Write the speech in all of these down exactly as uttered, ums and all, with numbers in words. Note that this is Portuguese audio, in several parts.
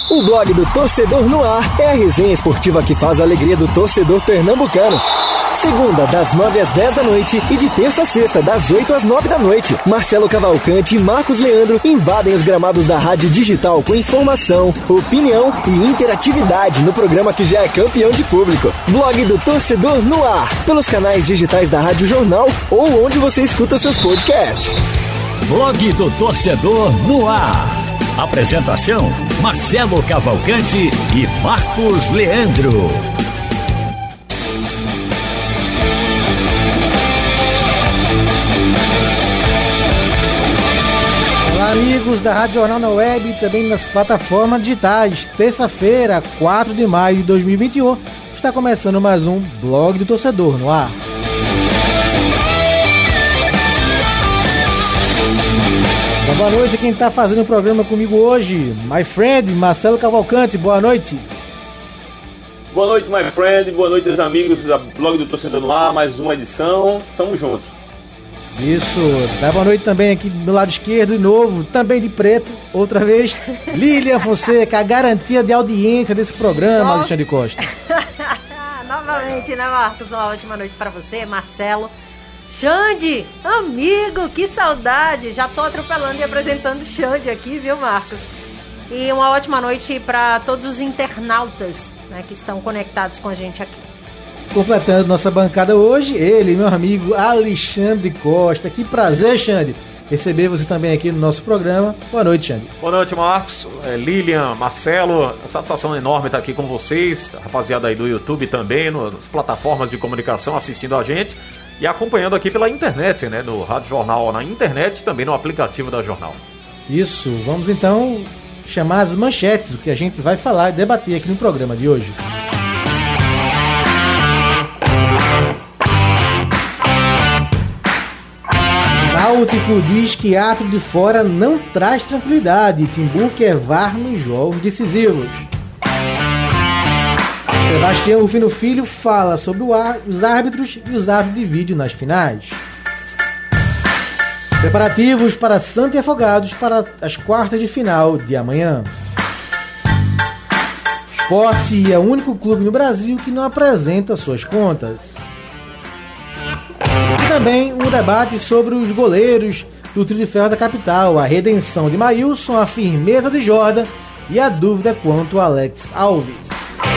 O blog do Torcedor no Ar é a resenha esportiva que faz a alegria do torcedor pernambucano. Segunda, das nove às dez da noite e de terça a sexta, das oito às nove da noite. Marcelo Cavalcante e Marcos Leandro invadem os gramados da rádio digital com informação, opinião e interatividade no programa que já é campeão de público. Blog do Torcedor no Ar, pelos canais digitais da Rádio Jornal ou onde você escuta seus podcasts. Blog do Torcedor no Ar. Apresentação: Marcelo Cavalcante e Marcos Leandro. Olá, amigos da Rádio Jornal na web e também nas plataformas digitais. Terça-feira, quatro de maio de dois mil e vinte e um, está começando mais um Blog do Torcedor no Ar. Boa noite, quem está fazendo o programa comigo hoje, my friend, Marcelo Cavalcante, boa noite. Boa noite, my friend, boa noite aos amigos da Blog do Torcedor no Ar, mais uma edição, tamo junto. Isso, dá boa noite também aqui do lado esquerdo, de novo, também de preto, outra vez, Lilian Fonseca, a garantia de audiência desse programa, Nossa. Alexandre Costa. Novamente, né, Marcos, uma ótima noite para você, Marcelo. Xande, amigo, que saudade! Já tô atropelando e apresentando o Xande aqui, viu, Marcos? E uma ótima noite para todos os internautas, né, que estão conectados com a gente aqui. Completando nossa bancada hoje, ele, meu amigo Alexandre Costa. Que prazer, Xande, receber você também aqui no nosso programa. Boa noite, Xande. Boa noite, Marcos, é, Lilian, Marcelo, a satisfação enorme estar aqui com vocês, a rapaziada aí do YouTube também, nas plataformas de comunicação assistindo a gente. E acompanhando aqui pela internet, né? No Rádio Jornal na internet e também no aplicativo da Jornal. Isso, vamos então chamar as manchetes, o que a gente vai falar e debater aqui no programa de hoje. Náutico diz que árbitro de fora não traz tranquilidade. Timbu quer V A R nos jogos decisivos. Sebastião Rufino Filho fala sobre o ar, os árbitros e os árbitros de vídeo nas finais. Preparativos para Santa e Afogados para as quartas de final de amanhã. Sport é o único clube no Brasil que não apresenta suas contas. E também um debate sobre os goleiros do Trio de Ferro da capital, a redenção de Maílson, a firmeza de Jordan e a dúvida quanto a Alex Alves.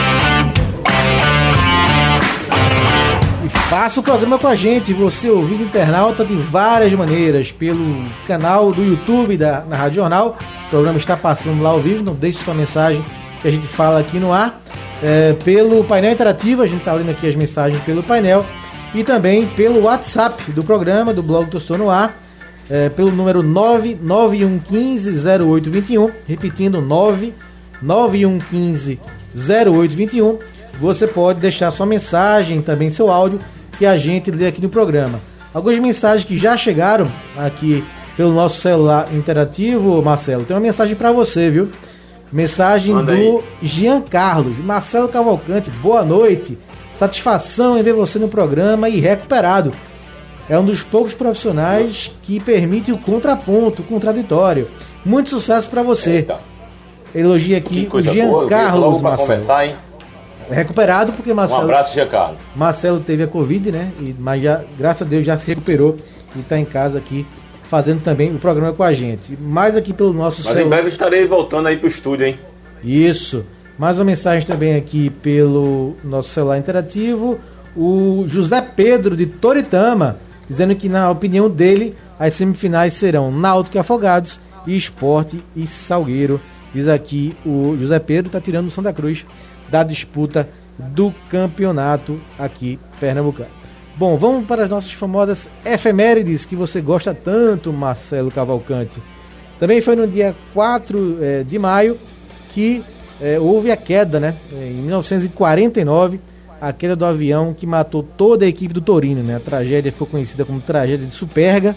Faça o programa com a gente, você ouvinte internauta, de várias maneiras, pelo canal do YouTube da na Rádio Jornal. O programa está passando lá ao vivo, não deixe sua mensagem que a gente fala aqui no ar. É, pelo painel interativo, a gente está lendo aqui as mensagens pelo painel. E também pelo WhatsApp do programa, do Blog do Torcedor no Ar, é, pelo número nove nove um um cinco zero oito dois um, repetindo, nove nove um um cinco zero oito dois um. Você pode deixar sua mensagem, também seu áudio, que a gente lê aqui no programa. Algumas mensagens que já chegaram aqui pelo nosso celular interativo, Marcelo. Tem uma mensagem para você, viu? Mensagem Manda do aí. Jean Carlos. Marcelo Cavalcante, boa noite. Satisfação em ver você no programa e recuperado. É um dos poucos profissionais que permite o contraponto, o contraditório. Muito sucesso para você. Eita. Elogia aqui o Jean boa, Carlos, Marcelo. Começar, hein? Recuperado porque Marcelo... Um abraço, Jean Carlos. Marcelo teve a Covid, né? E, mas já, graças a Deus, já se recuperou e está em casa aqui, fazendo também o programa com a gente. Mais aqui pelo nosso Mas celu... em breve estarei voltando aí pro estúdio, hein? Isso. Mais uma mensagem também aqui pelo nosso celular interativo. O José Pedro, de Toritama, dizendo que, na opinião dele, as semifinais serão Náutico e Afogados e Sport e Salgueiro. Diz aqui o José Pedro, está tirando o Santa Cruz da disputa do campeonato aqui pernambucano. Bom, vamos para as nossas famosas efemérides que você gosta tanto, Marcelo Cavalcante. Também foi no dia quatro eh, de maio que eh, houve a queda, né? Em mil novecentos e quarenta e nove, a queda do avião que matou toda a equipe do Torino, né? A tragédia ficou conhecida como tragédia de Superga,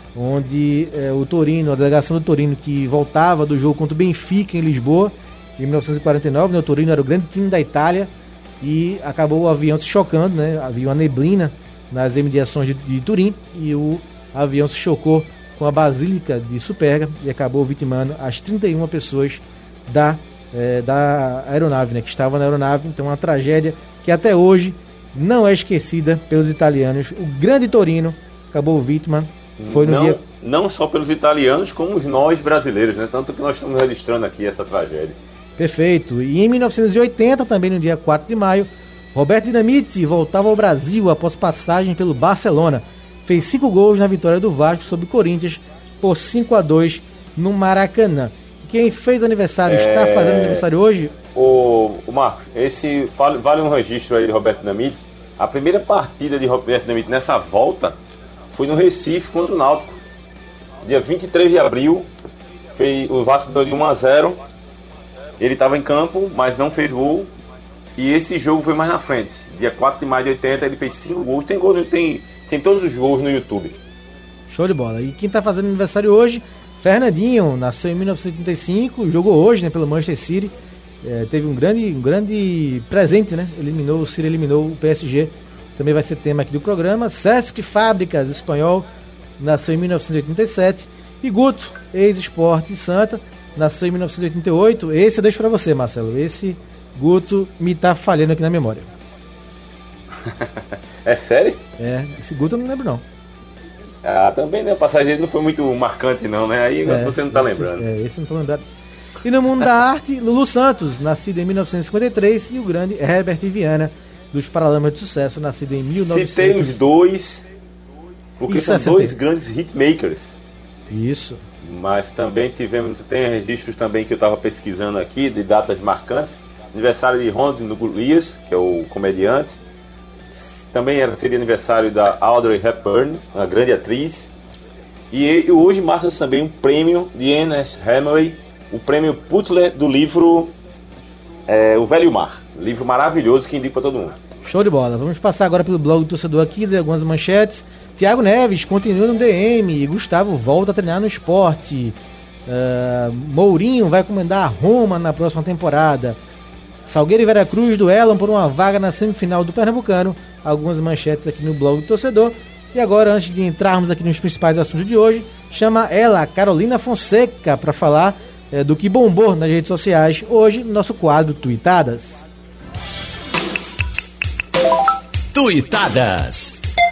onde eh, o Torino, a delegação do Torino que voltava do jogo contra o Benfica em Lisboa, em mil novecentos e quarenta e nove, né, o Torino era o grande time da Itália e acabou o avião se chocando, né? Havia uma neblina nas imediações de, de Turim e o avião se chocou com a Basílica de Superga e acabou vitimando as trinta e uma pessoas da é, da aeronave, né? Que estava na aeronave. Então, uma tragédia que até hoje não é esquecida pelos italianos. O grande Torino acabou vítima. Foi no não, dia... não só pelos italianos, como nós brasileiros, né? Tanto que nós estamos registrando aqui essa tragédia. Perfeito. E em mil novecentos e oitenta, também no dia quatro de maio, Roberto Dinamite voltava ao Brasil após passagem pelo Barcelona. Fez cinco gols na vitória do Vasco sobre o Corinthians por cinco a dois no Maracanã. Quem fez aniversário, é... está fazendo aniversário hoje? O, o Marcos, esse vale, vale um registro aí de Roberto Dinamite. A primeira partida de Roberto Dinamite nessa volta foi no Recife contra o Náutico. Dia vinte e três de abril, fez, o Vasco deu de um a zero. Ele estava em campo, mas não fez gol. E esse jogo foi mais na frente. Dia quatro de maio de oitenta, ele fez cinco gols. Tem, gol, tem, tem todos os gols no YouTube. Show de bola. E quem está fazendo aniversário hoje, Fernandinho, nasceu em mil novecentos e oitenta e cinco, jogou hoje, né, pelo Manchester City. É, teve um grande, um grande presente, né? Eliminou, o City eliminou o P S G. Também vai ser tema aqui do programa. Cesc Fábricas, espanhol, nasceu em mil novecentos e oitenta e sete. E Guto, ex-Sport Santa, nasceu em mil novecentos e oitenta e oito. Esse eu deixo pra você, Marcelo. Esse Guto me tá falhando aqui na memória. É sério? É, esse Guto eu não lembro não. Ah, também, né? O passageiro não foi muito marcante não, né? Aí é, você não tá esse, lembrando. É, esse não tô lembrado. E no mundo da arte, Lulu Santos, nascido em mil novecentos e cinquenta e três, e o grande Herbert Viana, dos Paralamas de Sucesso, nascido em mil e novecentos. Citei os dois, porque são dois grandes hitmakers. Isso. Mas também tivemos, tem registros também que eu estava pesquisando aqui, de datas marcantes. Aniversário de Ron Golias, que é o comediante. Também era, seria aniversário da Audrey Hepburn, uma grande atriz. E, e hoje marca também um prêmio de Ernest Hemingway, o prêmio Pulitzer do livro é, O Velho Mar. Livro maravilhoso que indico para todo mundo. Show de bola. Vamos passar agora pelo blog do torcedor aqui, ler algumas manchetes. Tiago Neves continua no D M. Gustavo volta a treinar no esporte. Uh, Mourinho vai comandar a Roma na próxima temporada. Salgueiro e Veracruz duelam por uma vaga na semifinal do Pernambucano. Algumas manchetes aqui no blog do torcedor. E agora, antes de entrarmos aqui nos principais assuntos de hoje, chama ela, Carolina Fonseca, para falar é, do que bombou nas redes sociais hoje no nosso quadro Tuitadas. Tuitadas.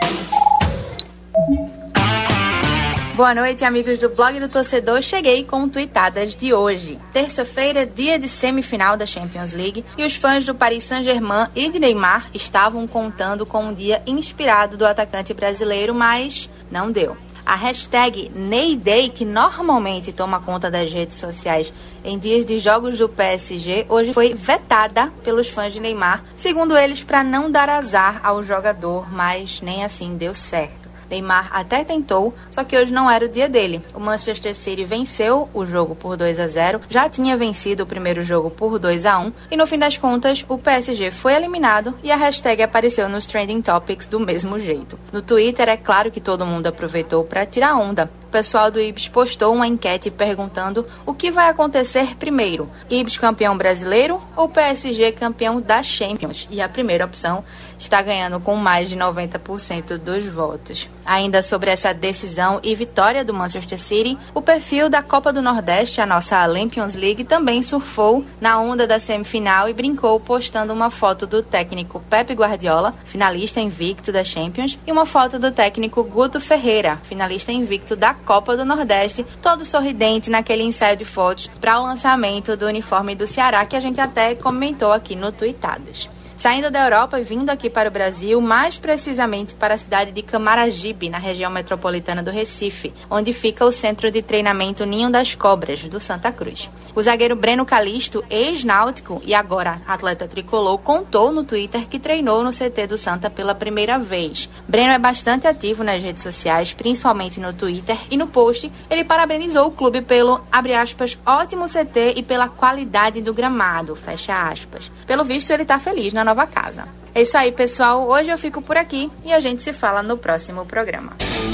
Boa noite, amigos do Blog do Torcedor. Cheguei com Tuitadas de hoje. Terça-feira, dia de semifinal da Champions League, e os fãs do Paris Saint-Germain e de Neymar estavam contando com um dia inspirado do atacante brasileiro, mas não deu. A hashtag Neyday, que normalmente toma conta das redes sociais em dias de jogos do P S G, hoje foi vetada pelos fãs de Neymar, segundo eles, para não dar azar ao jogador, mas nem assim deu certo. Neymar até tentou, só que hoje não era o dia dele. O Manchester City venceu o jogo por dois a zero, já tinha vencido o primeiro jogo por dois a um, e no fim das contas o P S G foi eliminado e a hashtag apareceu nos Trending Topics do mesmo jeito. No Twitter, é claro que todo mundo aproveitou para tirar onda. O pessoal do Ibis postou uma enquete perguntando o que vai acontecer primeiro, Ibis campeão brasileiro ou P S G campeão da Champions? E a primeira opção está ganhando com mais de noventa por cento dos votos. Ainda sobre essa decisão e vitória do Manchester City, o perfil da Copa do Nordeste, a nossa Champions League, também surfou na onda da semifinal e brincou postando uma foto do técnico Pep Guardiola, finalista invicto da Champions, e uma foto do técnico Guto Ferreira, finalista invicto da Copa do Nordeste, todo sorridente naquele ensaio de fotos para o lançamento do uniforme do Ceará, que a gente até comentou aqui no Tuitadas. Saindo da Europa e vindo aqui para o Brasil, mais precisamente para a cidade de Camaragibe, na região metropolitana do Recife, onde fica o centro de treinamento Ninho das Cobras, do Santa Cruz. O zagueiro Breno Calisto, ex-náutico e agora atleta tricolor, contou no Twitter que treinou no C T do Santa pela primeira vez. Breno é bastante ativo nas redes sociais, principalmente no Twitter, e no post ele parabenizou o clube pelo, abre aspas, ótimo C T e pela qualidade do gramado, fecha aspas. Pelo visto, ele está feliz na nova casa. É isso aí, pessoal. Hoje eu fico por aqui e a gente se fala no próximo programa.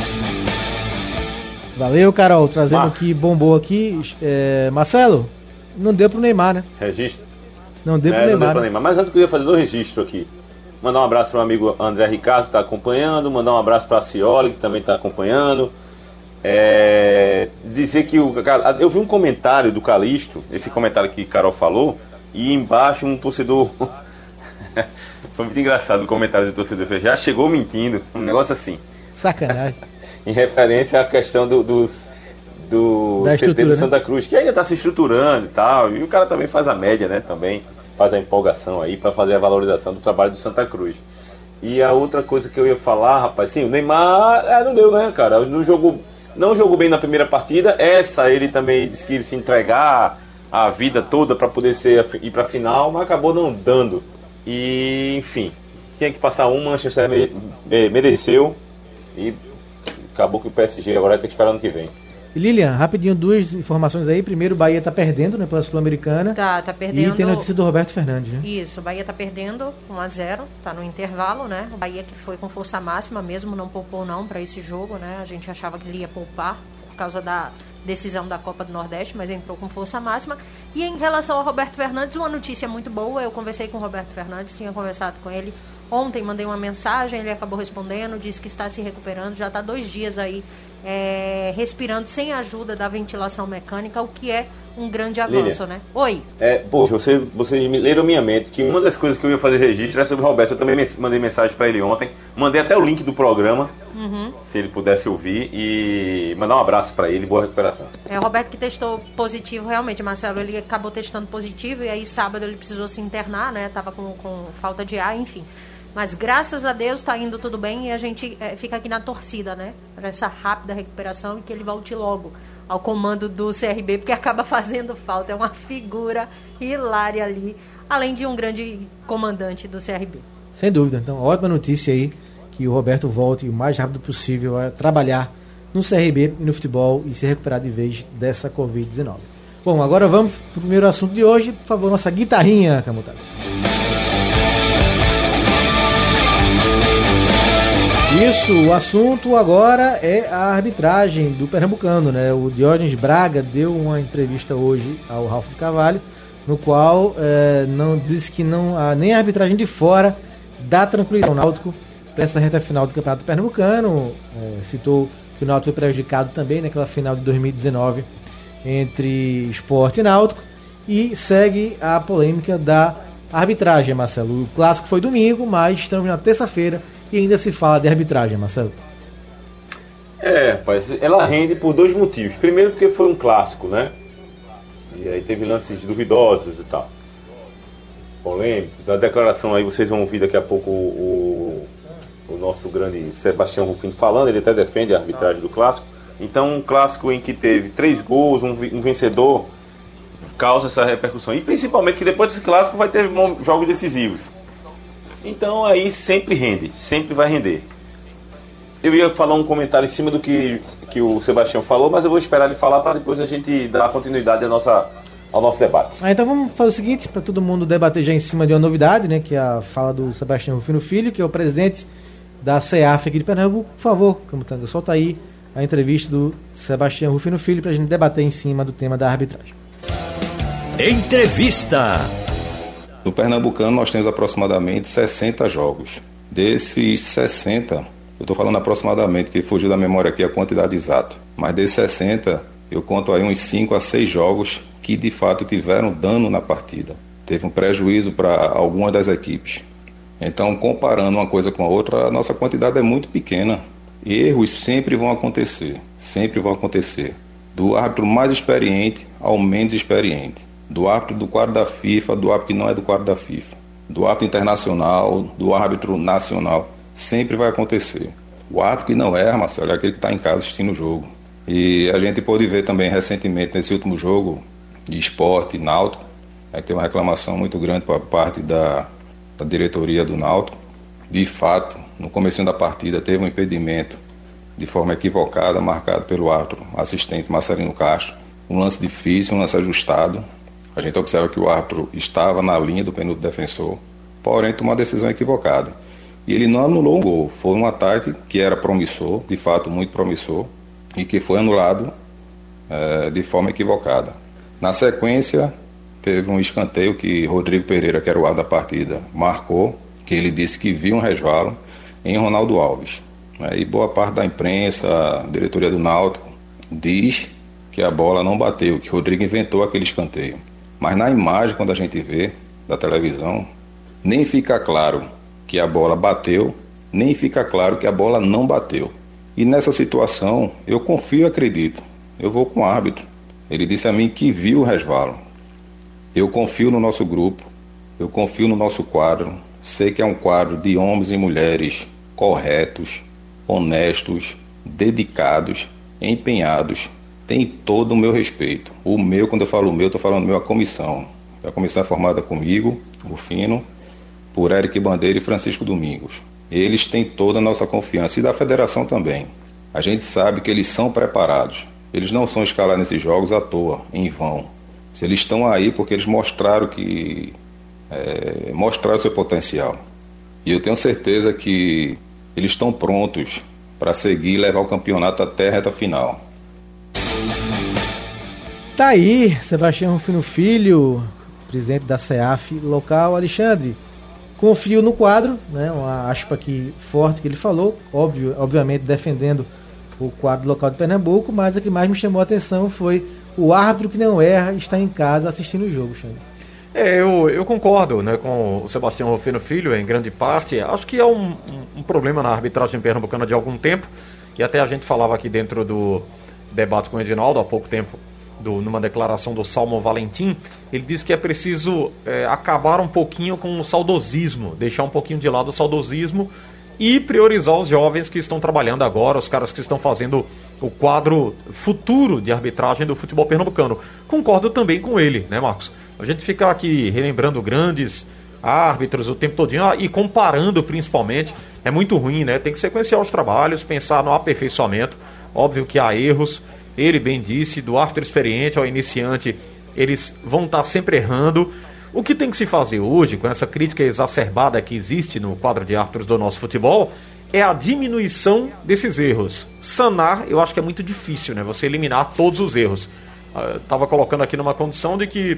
Valeu, Carol. Trazendo o que bombou aqui. É, Marcelo, não deu pro Neymar, né? Registro. Não deu é, pro não Neymar. Deu pro Neymar. Mas antes eu queria fazer dois registros aqui. Mandar um abraço para o amigo André Ricardo, que está acompanhando. Mandar um abraço para a Cioli, que também está acompanhando. É, dizer que o, eu vi um comentário do Calixto, esse comentário que Carol falou, e embaixo um torcedor foi muito engraçado o comentário do torcedor, já chegou mentindo, um negócio assim, sacanagem. Em referência à questão do, dos do da C T do Santa né? Cruz, que ainda está se estruturando e tal, e o cara também faz a média, né, também faz a empolgação aí para fazer a valorização do trabalho do Santa Cruz. E a outra coisa que eu ia falar, rapaz, sim, o Neymar é, não deu, né, cara, não jogou Não jogou bem na primeira partida. Essa ele também disse que ele se entregar a vida toda para poder ser, ir para a final, mas acabou não dando. E enfim, tinha que passar um, Manchester me, me, mereceu e acabou que o P S G agora vai ter que esperar ano que vem. E Lilian, rapidinho, duas informações aí. Primeiro, o Bahia tá perdendo, né, pela Sul-Americana. Tá, tá perdendo. E tem notícia do Roberto Fernandes, né? Isso, o Bahia tá perdendo um a zero, tá no intervalo, né? O Bahia que foi com força máxima mesmo, não poupou não para esse jogo, né? A gente achava que ele ia poupar por causa da decisão da Copa do Nordeste, mas entrou com força máxima. E em relação ao Roberto Fernandes, uma notícia muito boa. Eu conversei com o Roberto Fernandes, tinha conversado com ele ontem, mandei uma mensagem, ele acabou respondendo, disse que está se recuperando, já está dois dias aí é, respirando sem a ajuda da ventilação mecânica, o que é um grande avanço, Lília, né? Oi. É, poxa, você, você me leram minha mente que uma das coisas que eu ia fazer registro era sobre o Roberto. Eu também me, mandei mensagem para ele ontem, mandei até o link do programa, uhum. se ele pudesse ouvir, e mandar um abraço para ele, boa recuperação. É, o Roberto que testou positivo, realmente, Marcelo, ele acabou testando positivo, e aí sábado ele precisou se internar, né? Tava com, com falta de ar, enfim. Mas graças a Deus está indo tudo bem e a gente é, fica aqui na torcida, né? Para essa rápida recuperação e que ele volte logo ao comando do C R B, porque acaba fazendo falta. É uma figura hilária ali, além de um grande comandante do C R B. Sem dúvida. Então, ótima notícia aí, que o Roberto volte o mais rápido possível a trabalhar no C R B e no futebol e se recuperar de vez dessa covid dezenove. Bom, agora vamos para o primeiro assunto de hoje. Por favor, nossa guitarrinha, Camutado. Isso, o assunto agora é a arbitragem do Pernambucano, né? O Diógenes Braga deu uma entrevista hoje ao Ralf de Carvalho, no qual é, não disse que não, a, nem a arbitragem de fora dá tranquilidade ao Náutico para essa reta final do Campeonato Pernambucano. É, citou que o Náutico foi prejudicado também naquela final de dois mil e dezenove entre Sport e Náutico, e segue a polêmica da arbitragem, Marcelo. O clássico foi domingo, mas estamos na terça-feira e ainda se fala de arbitragem, Marcelo. É, rapaz, ela rende por dois motivos. Primeiro porque foi um clássico, né? E aí teve lances duvidosos e tal. Polêmicos. A declaração aí, vocês vão ouvir daqui a pouco o, o nosso grande Sebastião Rufino falando, ele até defende a arbitragem do clássico. Então um clássico em que teve três gols, um, um vencedor, causa essa repercussão. E principalmente que depois desse clássico vai ter jogos decisivos. Então aí sempre rende, sempre vai render. Eu ia falar um comentário em cima do que, que o Sebastião falou, mas eu vou esperar ele falar para depois a gente dar continuidade à nossa, ao nosso debate. Ah, então vamos fazer o seguinte, para todo mundo debater já em cima de uma novidade, né, que é a fala do Sebastião Rufino Filho, que é o presidente da CEAF aqui de Pernambuco. Por favor, Camutanga, solta aí a entrevista do Sebastião Rufino Filho para a gente debater em cima do tema da arbitragem. Entrevista. No Pernambucano nós temos aproximadamente sessenta jogos. Desses sessenta, eu estou falando aproximadamente, que fugiu da memória aqui a quantidade exata, mas desses sessenta eu conto aí uns cinco a seis jogos que de fato tiveram dano na partida. Teve um prejuízo para algumas das equipes. Então, comparando uma coisa com a outra, a nossa quantidade é muito pequena. Erros sempre vão acontecer, sempre vão acontecer. Do árbitro mais experiente ao menos experiente. Do árbitro do quadro da FIFA, do árbitro que não é do quadro da FIFA, do árbitro internacional, do árbitro nacional, sempre vai acontecer. O árbitro que não erra, Marcelo, é aquele que está em casa assistindo o jogo. E a gente pôde ver também recentemente, nesse último jogo de Sport e Náutico, é que tem uma reclamação muito grande por parte da, da diretoria do Náutico. De fato, no começo da partida teve um impedimento de forma equivocada, marcado pelo árbitro assistente Marcelino Castro. Um lance difícil, um lance ajustado. A gente observa que o árbitro estava na linha do penúltimo defensor, porém tomou uma decisão equivocada. E ele não anulou um gol, foi um ataque que era promissor, de fato muito promissor, e que foi anulado é, de forma equivocada. Na sequência, teve um escanteio que Rodrigo Pereira, que era o árbitro da partida, marcou, que ele disse que viu um resvalo em Ronaldo Alves. E boa parte da imprensa, a diretoria do Náutico, diz que a bola não bateu, que o Rodrigo inventou aquele escanteio. Mas na imagem, quando a gente vê da televisão, nem fica claro que a bola bateu, nem fica claro que a bola não bateu. E nessa situação, eu confio e acredito. Eu vou com o árbitro. Ele disse a mim que viu o resvalo. Eu confio no nosso grupo, eu confio no nosso quadro. Sei que é um quadro de homens e mulheres corretos, honestos, dedicados, empenhados. Tem todo o meu respeito. O meu, quando eu falo o meu, estou falando meu, a comissão. A comissão é formada comigo, o Fino, por Eric Bandeira e Francisco Domingos. Eles têm toda a nossa confiança, e da federação também. A gente sabe que eles são preparados. Eles não são escalados nesses jogos à toa, em vão. Eles estão aí porque eles mostraram que é, mostraram seu potencial. E eu tenho certeza que eles estão prontos para seguir e levar o campeonato até a reta final. Tá aí, Sebastião Rufino Filho, presidente da C E A F local. Alexandre, confio no quadro, né? Uma aspa aqui forte que ele falou, óbvio, obviamente defendendo o quadro local de Pernambuco, mas a que mais me chamou a atenção foi o árbitro que não erra está em casa assistindo o jogo, Xande. É, eu, eu concordo, né, com o Sebastião Rufino Filho, em grande parte. Acho que é um, um, um problema na arbitragem pernambucana de algum tempo, que até a gente falava aqui dentro do debate com o Edinaldo há pouco tempo, do, numa declaração do Salmo Valentim. Ele disse que é preciso é, acabar um pouquinho com o saudosismo, deixar um pouquinho de lado o saudosismo e priorizar os jovens que estão trabalhando agora, os caras que estão fazendo o quadro futuro de arbitragem do futebol pernambucano. Concordo também com ele, né, Marcos? A gente fica aqui relembrando grandes árbitros o tempo todinho e comparando principalmente, é muito ruim, né? Tem que sequenciar os trabalhos, pensar no aperfeiçoamento. Óbvio que há erros, ele bem disse, do árbitro experiente ao iniciante, eles vão estar sempre errando. O que tem que se fazer hoje, com essa crítica exacerbada que existe no quadro de árbitros do nosso futebol, é a diminuição desses erros. Sanar, eu acho que é muito difícil, né? Você eliminar todos os erros. Estava colocando aqui numa condição de que...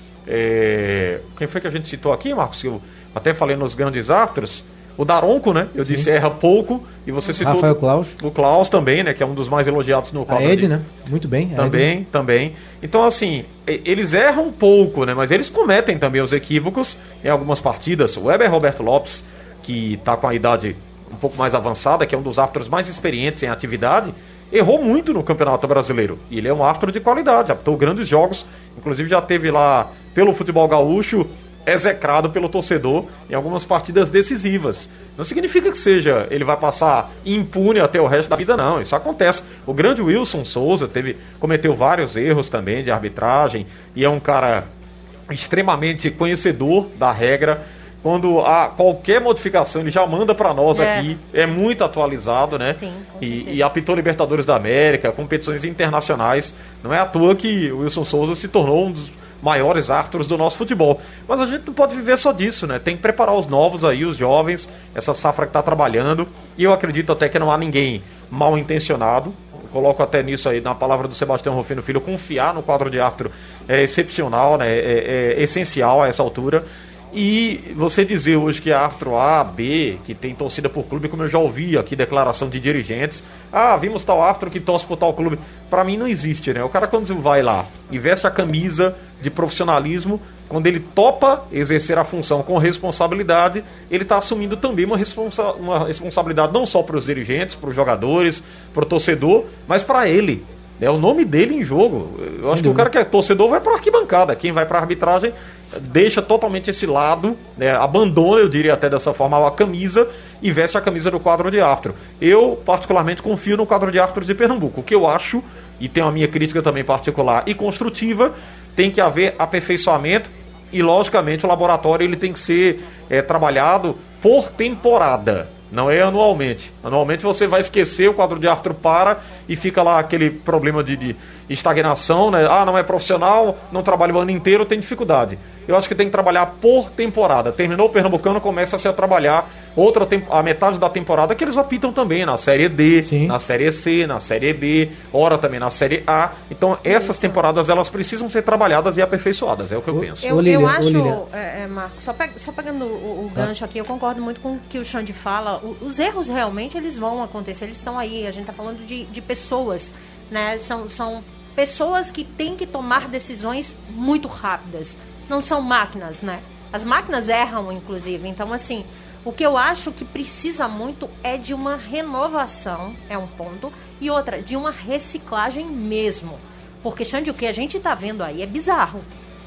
É... Quem foi que a gente citou aqui, Marcos? Eu até falei nos grandes árbitros. O Daronco, né? Eu Sim. disse erra pouco. E você citou Rafael Claus. O Klaus também, né? Que é um dos mais elogiados no quadro. A Ed, de... né? Muito bem. Também, Ed. também. Então, assim, eles erram pouco, né? Mas eles cometem também os equívocos em algumas partidas. O Weber Roberto Lopes, que está com a idade um pouco mais avançada, que é um dos árbitros mais experientes em atividade, errou muito no Campeonato Brasileiro. E ele é um árbitro de qualidade, apitou grandes jogos. Inclusive já teve lá, pelo futebol gaúcho, execrado pelo torcedor em algumas partidas decisivas. Não significa que seja, ele vai passar impune até o resto da vida, não. Isso acontece. O grande Wilson Souza teve, cometeu vários erros também de arbitragem e é um cara extremamente conhecedor da regra. Quando há qualquer modificação, ele já manda para nós é. aqui. É muito atualizado, né? Sim, e, e apitou Libertadores da América, competições internacionais. Não é à toa que o Wilson Souza se tornou um dos maiores árbitros do nosso futebol. Mas a gente não pode viver só disso, né? Tem que preparar os novos aí, os jovens, essa safra que está trabalhando. E eu acredito até que não há ninguém mal intencionado. Eu coloco até nisso aí, na palavra do Sebastião Rufino Filho, confiar no quadro de árbitro é excepcional, né? É, é, é essencial a essa altura. E você dizer hoje que é árbitro A, B, que tem torcida por clube, como eu já ouvi aqui, declaração de dirigentes, ah, vimos tal árbitro que torce por tal clube. Pra mim não existe, né? O cara quando vai lá e veste a camisa de profissionalismo, quando ele topa exercer a função com responsabilidade, ele está assumindo também uma, responsa- uma responsabilidade não só para os dirigentes, para os jogadores, para o torcedor, mas para ele. É o nome dele em jogo. Eu Sem acho dúvida. que o cara que é torcedor vai para arquibancada. Quem vai para arbitragem deixa totalmente esse lado, né, abandona, eu diria até dessa forma, a camisa e veste a camisa do quadro de árbitro. Eu, particularmente, confio no quadro de árbitros de Pernambuco. O que eu acho, e tenho a minha crítica também particular e construtiva, tem que haver aperfeiçoamento e, logicamente, o laboratório ele tem que ser é, trabalhado por temporada. Não é anualmente. Anualmente você vai esquecer, o quadro de árbitro para e fica lá aquele problema de, de estagnação, né? Ah, não é profissional, não trabalha o ano inteiro, tem dificuldade. Eu acho que tem que trabalhar por temporada. Terminou o Pernambucano, começa-se a trabalhar outra tem- a metade da temporada que eles apitam também na Série D, Sim. na Série C, na Série B, ora também na Série A. Então essas temporadas elas precisam ser trabalhadas e aperfeiçoadas, é o que eu penso. Eu, Ô, Lilian, eu ô, acho, Lilian. é, é, Marcos, só, pe- só pegando o, o gancho aqui, eu concordo muito com o que o Xande fala. O, os erros realmente eles vão acontecer, eles estão aí. A gente está falando de, de pessoas né? São, são pessoas que têm que tomar decisões muito rápidas. Não são máquinas, né? As máquinas erram, inclusive. Então, assim, o que eu acho que precisa muito é de uma renovação, é um ponto, e outra, de uma reciclagem mesmo. Porque, Xande, o que a gente está vendo aí é bizarro.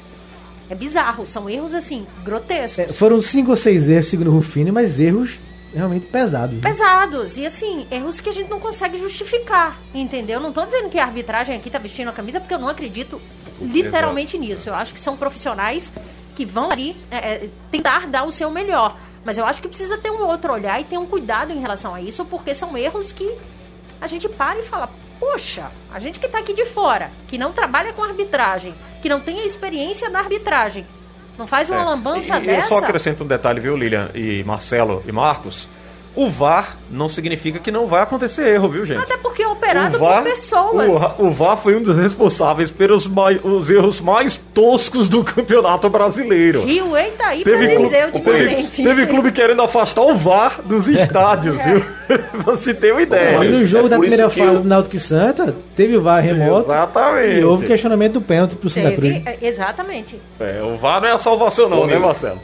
É bizarro, são erros, assim, grotescos. É, foram cinco ou seis erros, segundo o Rufino, mas erros realmente pesados. Né? Pesados, e assim, erros que a gente não consegue justificar, entendeu? Não estou dizendo que a arbitragem aqui está vestindo a camisa, porque eu não acredito literalmente nisso. Eu acho que são profissionais que vão ali é, tentar dar o seu melhor. Mas eu acho que precisa ter um outro olhar e ter um cuidado em relação a isso, porque são erros que a gente para e fala, poxa, a gente que está aqui de fora, que não trabalha com arbitragem, que não tem a experiência da arbitragem, não faz uma é. lambança e, dessa... Eu só acrescento um detalhe, viu, Lilian e Marcelo e Marcos? O V A R não significa que não vai acontecer erro, viu, gente? Até porque é operado V A R, por pessoas. O, o V A R foi um dos responsáveis pelos mai, os erros mais toscos do Campeonato Brasileiro. Rio Eitaí pra dizer ultimamente. Teve, teve clube querendo afastar o V A R dos estádios, é. viu? Você tem uma ideia. No jogo é da primeira fase eu... do Náutico e Santa, teve o V A R remoto. Exatamente. E houve questionamento do pênalti pro Santa Cruz. Exatamente. É, o V A R não é a salvação não, Ô, né, Marcelo?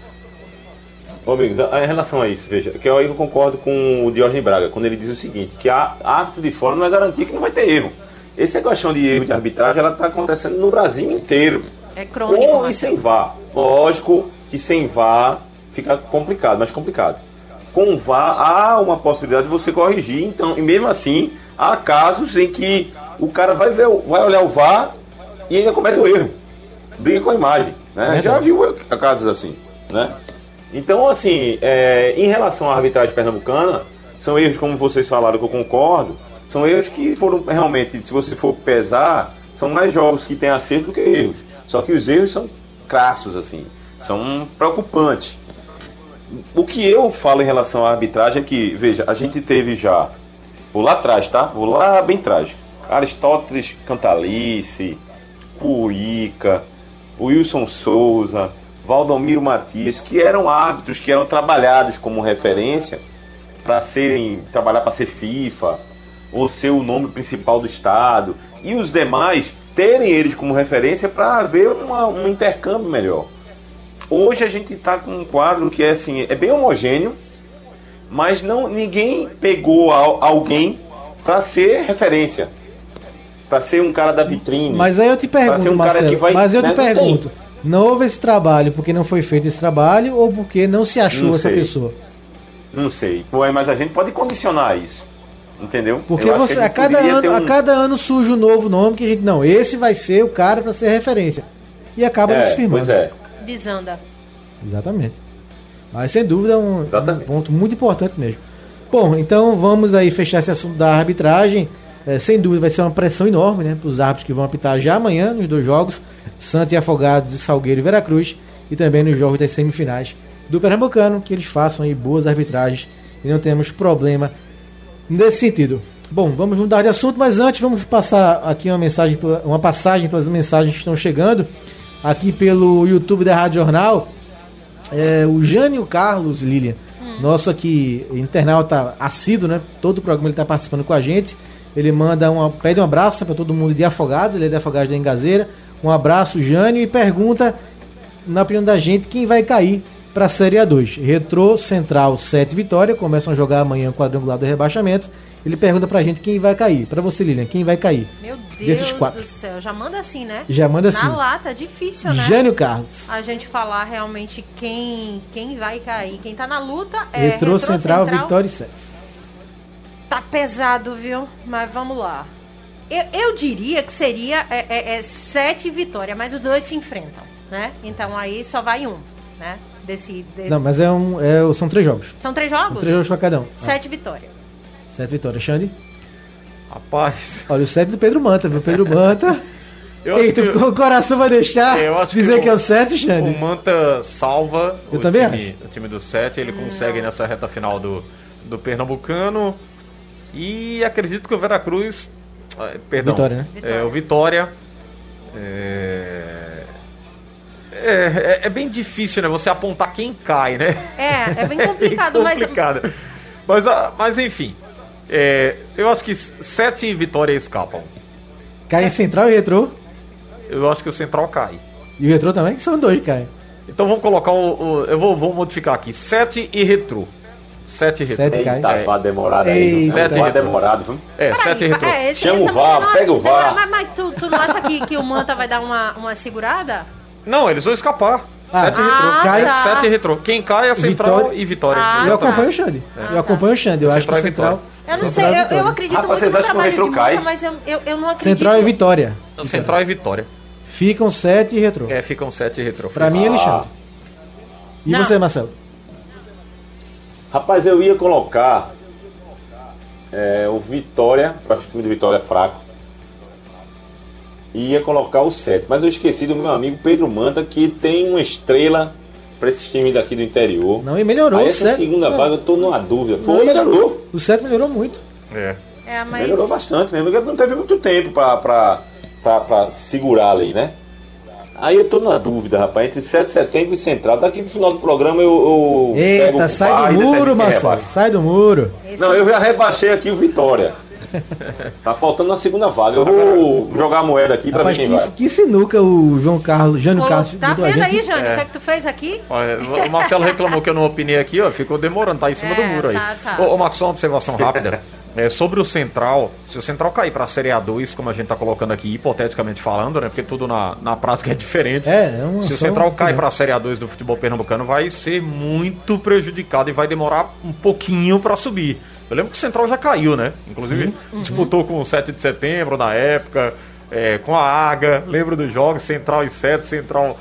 Ô, amigo, em relação a isso, veja, que eu, eu concordo com o Diógenes Braga, quando ele diz o seguinte, que a árbitro de fora não é garantia que não vai ter erro. Essa questão de erro de arbitragem, ela está acontecendo no Brasil inteiro. É crônico. Com e sem V A R. Lógico que sem V A R fica complicado, mais complicado. Com V A R há uma possibilidade de você corrigir, então, e mesmo assim, há casos em que o cara vai, ver, vai olhar o V A R e ainda comete o erro. Briga com a imagem. Né? É Já viu casos assim, né? Então, assim, é, em relação à arbitragem pernambucana, são erros, como vocês falaram, que eu concordo, são erros que foram realmente, se você for pesar, são mais jogos que têm acerto do que erros. Só que os erros são crassos, assim, são preocupantes. O que eu falo em relação à arbitragem é que, veja, a gente teve já, vou lá atrás, tá? Vou lá bem atrás. Aristóteles Cantalice, Cuica, Wilson Souza, Valdomiro Matias, que eram árbitros que eram trabalhados como referência para serem trabalhar para ser FIFA ou ser o nome principal do estado, e os demais terem eles como referência para haver uma, um intercâmbio melhor. Hoje a gente está com um quadro que é assim, é bem homogêneo, mas não ninguém pegou a, alguém para ser referência, para ser um cara da vitrine. Mas aí eu te pergunto, um Marcelo, vai, mas eu né, te pergunto, não houve esse trabalho porque não foi feito esse trabalho ou porque não se achou não essa pessoa? Não sei. Mas a gente pode condicionar isso. Entendeu? Porque você, a, a, cada ano, um... a cada ano surge um novo nome que a gente, não, esse vai ser o cara para ser referência. E acaba é, desfirmando. Pois é. Desanda. Exatamente. Mas sem dúvida é um, um ponto muito importante mesmo. Bom, então vamos aí fechar esse assunto da arbitragem. É, sem dúvida vai ser uma pressão enorme, né, para os árbitros que vão apitar já amanhã nos dois jogos, Santa e Afogados e Salgueiro e Veracruz, e também nos jogos das semifinais do Pernambucano, que eles façam aí boas arbitragens e não temos problema nesse sentido. Bom, vamos mudar de assunto, mas antes vamos passar aqui uma mensagem, uma passagem pelas mensagens que estão chegando aqui pelo YouTube da Rádio Jornal. É, o Jânio Carlos Lilian, hum. nosso aqui internauta assíduo, né? Todo o programa ele está participando com a gente. Ele manda uma, pede um abraço para todo mundo de Afogados, ele é de Afogados da Engazeira. Um abraço, Jânio, e pergunta, na opinião da gente, quem vai cair para a Série A dois. Retrô, Central, sete Vitória, começam a jogar amanhã o quadrangular do rebaixamento. Ele pergunta pra gente quem vai cair. Pra você, Lilian, quem vai cair? Meu Deus desses quatro. Do céu, já manda assim, né? Já manda assim. Na lata, difícil, né? Jânio Carlos. A gente falar realmente quem, quem vai cair. Quem tá na luta é Retrô, Retrô Central, Central, Vitória e sete. Tá pesado, viu? Mas vamos lá. Eu, eu diria que seria é, é, é sete Vitória, mas os dois se enfrentam, né? Então aí só vai um, né? Desse, desse... Não, mas é um, é, são três jogos. São três jogos? São três jogos pra cada um. Sete ah. Vitória. Sete Vitória. Xande? Rapaz... Olha, o sete do Pedro Manta, viu? Pedro Manta... Eu Eita, que... o coração vai deixar dizer que, que é o sete, Xande? O Manta salva eu o, também time, acho. o time do sete, ele Não. consegue nessa reta final do, do Pernambucano. E acredito que o Veracruz... Perdão. Vitória, né? É, o Vitória... É... É, é, é bem difícil, né? Você apontar quem cai, né? É, é bem complicado, é bem complicado. Mas... mas, mas enfim, é, eu acho que sete vitórias escapam. Cai em Central e Retrô. Eu acho que o Central cai. E o Retrô também, que são dois que caem. Então vamos colocar o... o eu vou, vou modificar aqui. sete e Retrô. sete e Retrô. sete cai. Eita, vá demorado aí. sete Vá demorado, viu? É, sete e Retrô. É, esse, Chama esse o V A R, não é- pega o V A R. demora, Mas, mas tu, tu não acha que, que o Manta vai dar uma, uma segurada? Não, eles vão escapar. Ah, sete e Retrô. ah, Cai. tá. sete e Retrô. Quem cai é Central Vitória. e Vitória. Ah, Eu Exatamente. acompanho o Xande. Eu acompanho o Xande. Eu acho que o Central e Central... Eu não Central sei, e eu, eu Vitória. acredito Rapaz, muito vocês no acham que o trabalho de Retrô cai? Manta, mas eu, eu, eu não acredito. Central e Vitória. Central e Vitória. Ficam sete e Retrô. É, ficam sete e Retrô. Pra mim, Alexandre. E Não. você, Marcelo? Rapaz, eu ia colocar é, o Vitória, eu acho que o time do Vitória é fraco. E ia colocar o sete, mas eu esqueci do meu amigo Pedro Manta, que tem uma estrela para esses times daqui do interior. Não, e melhorou. Aí O essa sete- segunda Não. vaga eu tô numa dúvida. Não, Foi, melhorou. O sete melhorou muito. É. É, mas... Melhorou bastante mesmo, porque não teve muito tempo pra, pra, pra, pra segurar ali, né? Aí eu tô na dúvida, rapaz, entre sete de setembro e Central. Daqui pro final do programa eu, eu pego Eita, o sai pai do e muro, determino quem Marcelo. rebaixa. Sai do muro. Esse- Não, eu já rebaixei aqui o Vitória. Tá faltando na segunda vaga. Eu vou jogar a moeda aqui pra Rapaz, ver quem vai. que, que sinuca o João Carlos, Jânio Ô, Carlos. tá botou a vendo gente. aí, Jânio, É. o que é que tu fez aqui? Olha, o Marcelo reclamou que eu não opinei aqui, ó, ficou demorando, tá em cima É, do muro aí. tá, tá. Ô, ô Marcos, só uma observação rápida. É, sobre o Central, se o Central cair pra Série A dois, como a gente tá colocando aqui, hipoteticamente falando, né, porque tudo na, na prática é diferente. É, é uma Se o só Central uma cai opinião. pra Série A dois do futebol pernambucano, vai ser muito prejudicado e vai demorar um pouquinho pra subir. Eu lembro que o Central já caiu, né? Inclusive, disputou com o sete de setembro na época, é, com a Aga, lembro dos jogos, Central e sete, Central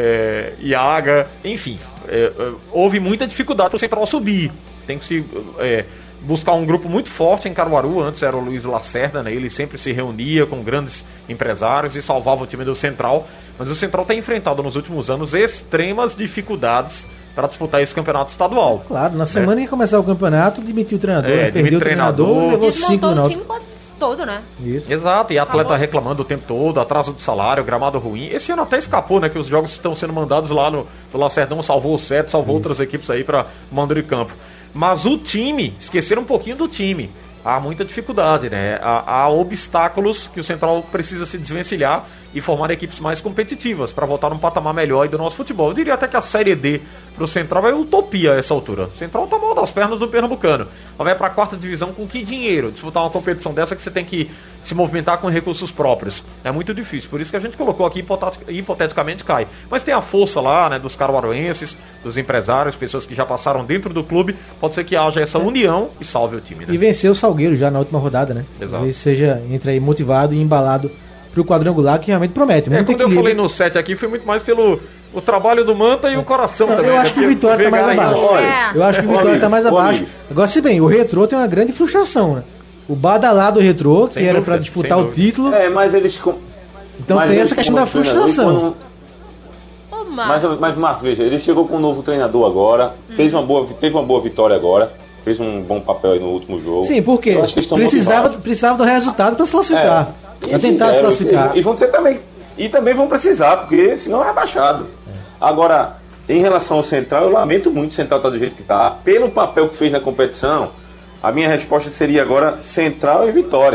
é, e Aga, enfim, é, é, houve muita dificuldade para o Central subir. Tem que se é, buscar um grupo muito forte em Caruaru. Antes era o Luiz Lacerda, né? Ele sempre se reunia com grandes empresários e salvava o time do Central, mas o Central tem enfrentado nos últimos anos extremas dificuldades para disputar esse campeonato estadual. Claro, na semana que ia começar o campeonato, demitiu o treinador, É, né? Perdeu demitiu o treinador, treinador. levou cinco Desmontou no o Náutico. time todo, né? Isso. Exato, e atleta Acabou. reclamando o tempo todo, atraso do salário, gramado ruim. Esse ano até escapou, né? Que os jogos estão sendo mandados lá no, no Lacerdão, salvou o sete, salvou outras equipes aí para mando de campo. Mas o time, esqueceram um pouquinho do time. Há muita dificuldade, né? Há, há obstáculos que o Central precisa se desvencilhar e formar equipes mais competitivas para voltar num patamar melhor aí do nosso futebol. Eu diria até que a Série D pro Central é utopia a essa altura. O Central tá mal das pernas do Pernambucano. Ela vai pra quarta divisão com que dinheiro? Disputar uma competição dessa que você tem que se movimentar com recursos próprios. É muito difícil. Por isso que a gente colocou aqui hipotet- hipoteticamente cai. Mas tem a força lá, né, dos caruaruenses, dos empresários, pessoas que já passaram dentro do clube. Pode ser que haja essa união e salve o time, né? E venceu o Salgueiro já na última rodada, né? Exato. Talvez seja, entre aí motivado e embalado pro quadrangular, que realmente promete. É, Muito quando eu equilíbrio. falei no set aqui, foi muito mais pelo o trabalho do Manta e o coração Não, também. eu né? acho que o Porque Vitória tá mais ganhar abaixo. ainda- É. Eu acho que o Ô, Vitória amigos, tá mais ô, abaixo. amigos. Agora, se bem, o Retrô tem uma grande frustração, né? O badalado Retrô, que Sem era dúvida, pra disputar sem o título, É, mas eles. com- então mas tem eles essa questão da com o treinador, frustração. quando- Ô, Mas, Marcos. mas Marcos, veja, ele chegou com um novo treinador agora, fez uma boa, teve uma boa vitória agora, fez um bom papel aí no último jogo. Sim, porque Eu acho que eles estão precisava, motivados. precisava do resultado pra se classificar. É. Pra E tentar se fizeram, classificar. E, e vão ter também. E também vão precisar, porque senão é rebaixado. Agora, em relação ao Central, eu lamento muito o Central estar do jeito que está. Pelo papel que fez na competição, a minha resposta seria agora Central e Vitória.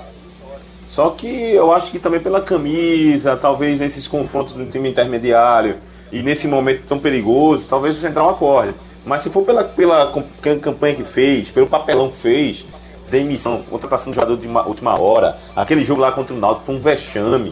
Só que eu acho que também pela camisa, talvez nesses confrontos no time intermediário e nesse momento tão perigoso, talvez o Central acorde. Mas se for pela, pela com- campanha que fez, pelo papelão que fez, demissão, contratação de jogador de uma- última hora, aquele jogo lá contra o Náutico foi um vexame.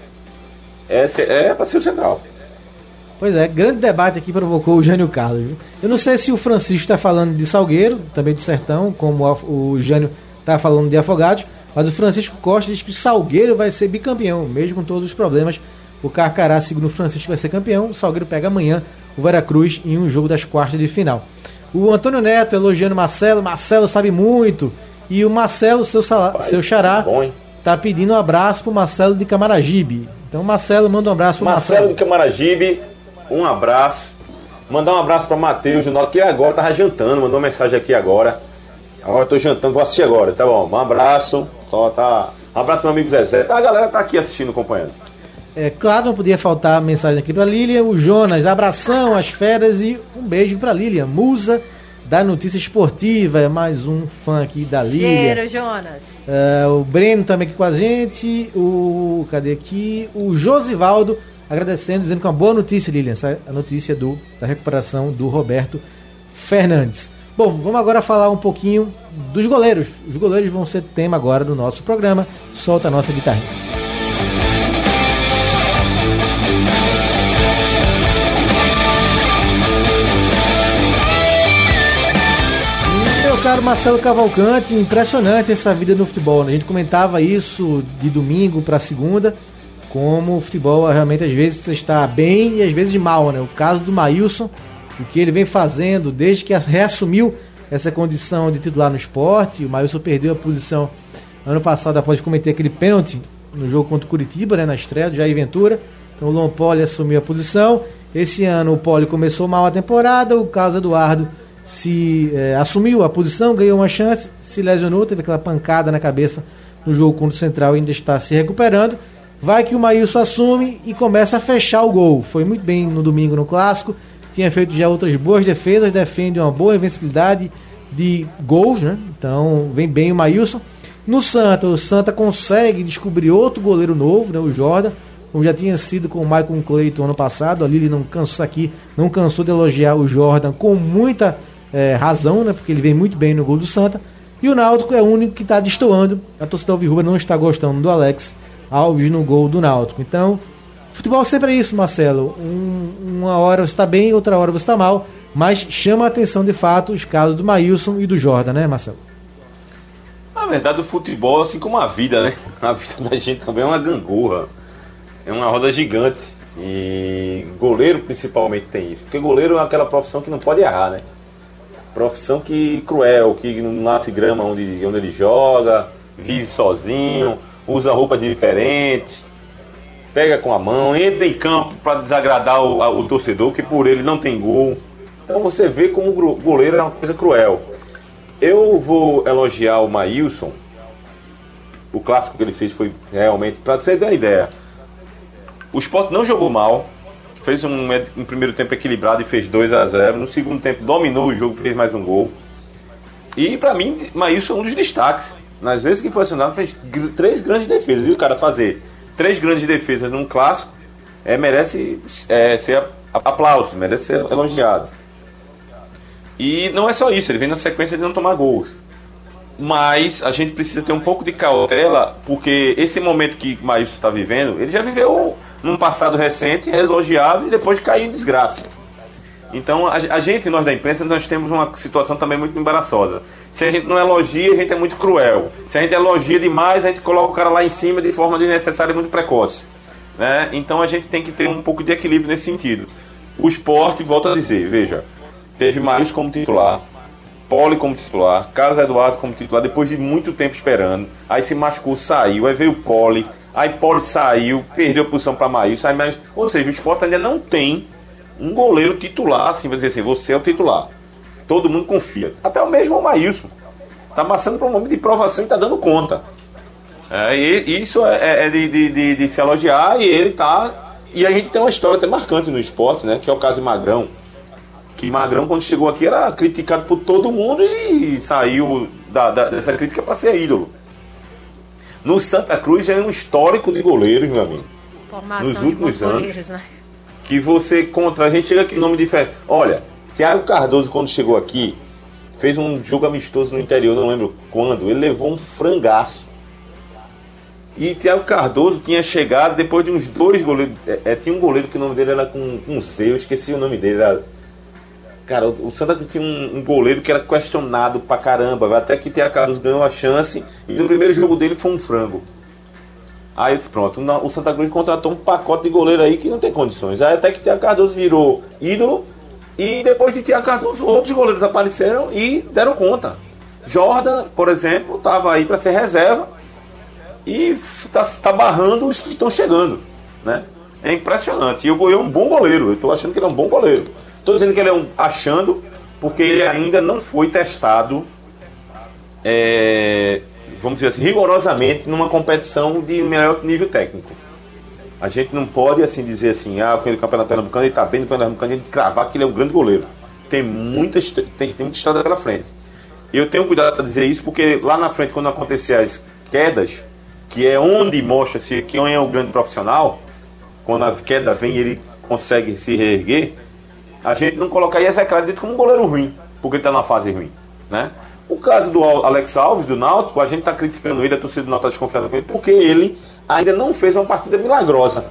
É, é para ser o Central. Pois é, grande debate aqui provocou o Jânio Carlos. Viu? Eu não sei se o Francisco está falando de Salgueiro, também do Sertão, como o Jânio está falando de Afogados, mas o Francisco Costa diz que o Salgueiro vai ser bicampeão, mesmo com todos os problemas. O Carcará, segundo o Francisco, vai ser campeão. O Salgueiro pega amanhã o Veracruz em um jogo das quartas de final. O Antônio Neto elogiando Marcelo. Marcelo sabe muito. E o Marcelo, seu, sala, seu xará, Bom, hein? tá pedindo um abraço pro Marcelo de Camaragibe. Então, Marcelo, manda um abraço pro Marcelo Marcelo. de Camaragibe, um abraço. Mandar um abraço para Matheus de Náutico, que agora tava jantando, mandou uma mensagem aqui agora. Agora eu tô jantando, vou assistir agora, tá bom? Um abraço. Só tá... Um abraço pro meu amigo Zezé. A galera tá aqui assistindo, acompanhando. É claro, não podia faltar a mensagem aqui pra Lilian. O Jonas, abração às feras e um beijo pra Lilian. Musa da notícia esportiva, é mais um fã aqui da Lília. Cheiro, Jonas. Uh, o Breno também aqui com a gente, o, cadê aqui? O Josivaldo agradecendo, dizendo que é uma boa notícia, Lilian, essa é a notícia do, da recuperação do Roberto Fernandes. Bom, vamos agora falar um pouquinho dos goleiros. Os goleiros vão ser tema agora do nosso programa. Solta a nossa guitarrinha. Meu caro Marcelo Cavalcante, impressionante essa vida no futebol, né? A gente comentava isso de domingo para segunda, como o futebol realmente às vezes está bem e às vezes mal, né? O caso do Maílson, o que ele vem fazendo desde que reassumiu essa condição de titular no Sport. O Maílson perdeu a posição ano passado após cometer aquele pênalti no jogo contra o Curitiba, né, na estreia do Jair Ventura. Então o Luan Poli assumiu a posição. Esse ano o Poli começou mal a temporada, o Carlos Eduardo se é, assumiu a posição, ganhou uma chance, se lesionou, teve aquela pancada na cabeça no jogo contra o Central e ainda está se recuperando. Vai que o Maílson assume e começa a fechar o gol. Foi muito bem no domingo no Clássico, tinha feito já outras boas defesas, defende uma boa invencibilidade de gols, né? Então vem bem o Maílson. No Santa, o Santa consegue descobrir outro goleiro novo, né? O Jordan, como já tinha sido com o Michael Clayton ano passado. A Lili não cansou aqui, não cansou de elogiar o Jordan com muita é, razão, né? Porque ele vem muito bem no gol do Santa. E o Náutico é o único que está destoando. A torcida alvirrubra não está gostando do Alex Alves no gol do Náutico. Então, futebol sempre é isso, Marcelo. Um, uma hora você está bem, outra hora você está mal. Mas chama a atenção, de fato, os casos do Maílson e do Jordan, né, Marcelo? Na verdade, o futebol, assim como a vida, né? A vida da gente também é uma gangorra. É uma roda gigante. E goleiro, principalmente, tem isso. Porque goleiro é aquela profissão que não pode errar, né? Profissão que cruel, que não nasce grama onde, onde ele joga, vive sozinho, usa roupa diferente, pega com a mão, entra em campo para desagradar o, o torcedor, que por ele não tem gol. Então você vê como o goleiro é uma coisa cruel. Eu vou elogiar o Maílson. O clássico que ele fez foi realmente, para você ter uma ideia, o Sport não jogou mal, fez um, um primeiro tempo equilibrado e fez dois a zero. No segundo tempo dominou o jogo, fez mais um gol. E para mim, Maílson é um dos destaques. Nas vezes que foi acionado, fez gr- três grandes defesas. E o cara fazer três grandes defesas num clássico é, merece é, ser a, a, aplauso, merece ser elogiado. E não é só isso, ele vem na sequência de não tomar gols. Mas a gente precisa ter um pouco de cautela, porque esse momento que o Maílson está vivendo, ele já viveu num passado recente, elogiado, e depois caiu em desgraça. Então a, a gente, nós da imprensa, nós temos uma situação também muito embaraçosa. Se a gente não elogia, a gente é muito cruel. Se a gente elogia demais, a gente coloca o cara lá em cima de forma desnecessária e muito precoce, né? Então a gente tem que ter um pouco de equilíbrio nesse sentido. O Sport, volto a dizer, veja, teve Maílson como titular, Poli como titular, Carlos Eduardo como titular, depois de muito tempo esperando. Aí se machucou, saiu, aí veio o Poli, aí Poli saiu, perdeu a posição para Maílson. Aí, mas, ou seja, o Sport ainda não tem um goleiro titular, assim, vai dizer assim, você é o titular. Todo mundo confia. Até o mesmo Maílson. Está passando por um momento de provação e está dando conta. É, e isso é, é de, de, de, de se elogiar, e ele está... E a gente tem uma história até marcante no esporte, né? Que é o caso de Magrão. Que Magrão, quando chegou aqui, era criticado por todo mundo e saiu da, da, dessa crítica para ser ídolo. No Santa Cruz já é um histórico de goleiros, meu amigo. Formação nos últimos anos. Goleiros, né? Que você contra... A gente chega aqui nome diferente. Olha, Thiago Cardoso, quando chegou aqui, fez um jogo amistoso no interior, não lembro quando. Ele levou um frangaço. E Thiago Cardoso tinha chegado depois de uns dois goleiros. É, é, tinha um goleiro que o nome dele era com, com Z, eu esqueci o nome dele. Era, cara, o, o Santa Cruz tinha um, um goleiro que era questionado pra caramba. Até que Thiago Cardoso ganhou a chance e no primeiro jogo dele foi um frango. Aí eu disse, pronto, o Santa Cruz contratou um pacote de goleiro aí que não tem condições. Aí até que Thiago Cardoso virou ídolo. E depois de Thiago Cardoso, outros goleiros apareceram e deram conta. Jordan, por exemplo, estava aí para ser reserva e está tá barrando os que estão chegando, né? É impressionante. E o goleiro é um bom goleiro. Eu estou achando que ele é um bom goleiro. Estou dizendo que ele é um achando, porque ele ainda não foi testado, é, vamos dizer assim, rigorosamente numa competição de melhor nível técnico. A gente não pode assim dizer assim, ah, o campeonato pernambucano ele está bem no campeonato pernambucano, ele cravar que ele é um grande goleiro. tem muita, tem, tem muita estrada pela frente. Eu tenho cuidado para dizer isso porque lá na frente, quando acontecer as quedas, que é onde mostra-se quem é o grande profissional, quando a queda vem e ele consegue se reerguer, a gente não colocaria essa cara como um goleiro ruim, porque ele está numa fase ruim, né? O caso do Alex Alves, do Náutico, a gente está criticando ele, a torcida do Náutico está desconfiada com ele, porque ele ainda não fez uma partida milagrosa.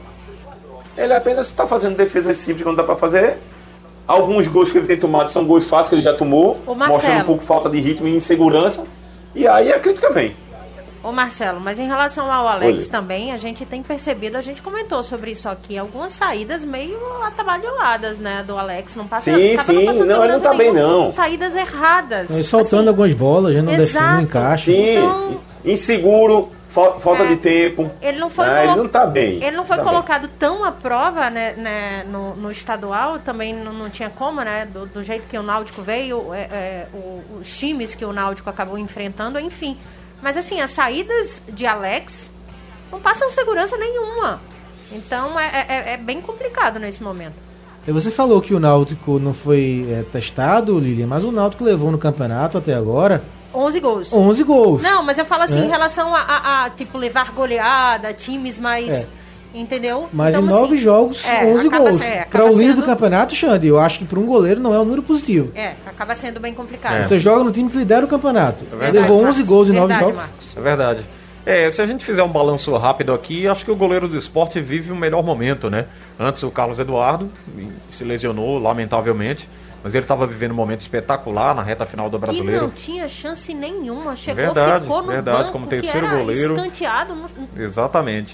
Ele apenas está fazendo defesas simples quando dá para fazer. Alguns gols que ele tem tomado são gols fáceis que ele já tomou, mostrando um pouco falta de ritmo e insegurança, e aí a crítica vem. Ô Marcelo, mas em relação ao Alex Olha. também, a gente tem percebido, a gente comentou sobre isso aqui, algumas saídas meio atabalhoadas, né, do Alex, não passa Sim, acaba sim, passando não, ele não tá segurança bem nenhuma. não. Saídas erradas. Ele soltando assim, algumas bolas, já não define, exato. não encaixa. Sim, Então- inseguro, fa- falta É. de tempo. Ele não foi, né, colo- ele não tá bem. ele não foi tá colocado tão à prova, né, né, no, no estadual, também não, não tinha como, né, do, do jeito que o Náutico veio, é, é, o- os times que o Náutico acabou enfrentando, enfim. Mas assim, as saídas de Alex não passam segurança nenhuma. Então é, é, é bem complicado nesse momento. E você falou que o Náutico não foi é, testado, Lilian, mas o Náutico levou no campeonato até agora onze gols. onze gols. Não, mas eu falo assim, É. em relação a, a- a, tipo, levar goleada, times mais... É. Entendeu? Mas Então, em nove assim, jogos, é, onze acaba- gols. é, Para acaba o líder do sendo- campeonato, Xande, eu acho que para um goleiro não é um número positivo. É, acaba sendo bem complicado. É. Você joga no time que lidera o campeonato. verdade, Levou onze Marcos. gols em nove Verdade, jogos. Marcos. É verdade. É, se a gente fizer um balanço rápido aqui, acho que o goleiro do Sport vive o melhor momento, né? Antes o Carlos Eduardo se lesionou, lamentavelmente, mas ele estava vivendo um momento espetacular na reta final do E Brasileiro. não tinha chance nenhuma. Chegou, Verdade, ficou no verdade, banco, como que terceiro era goleiro. escanteado. No... Exatamente.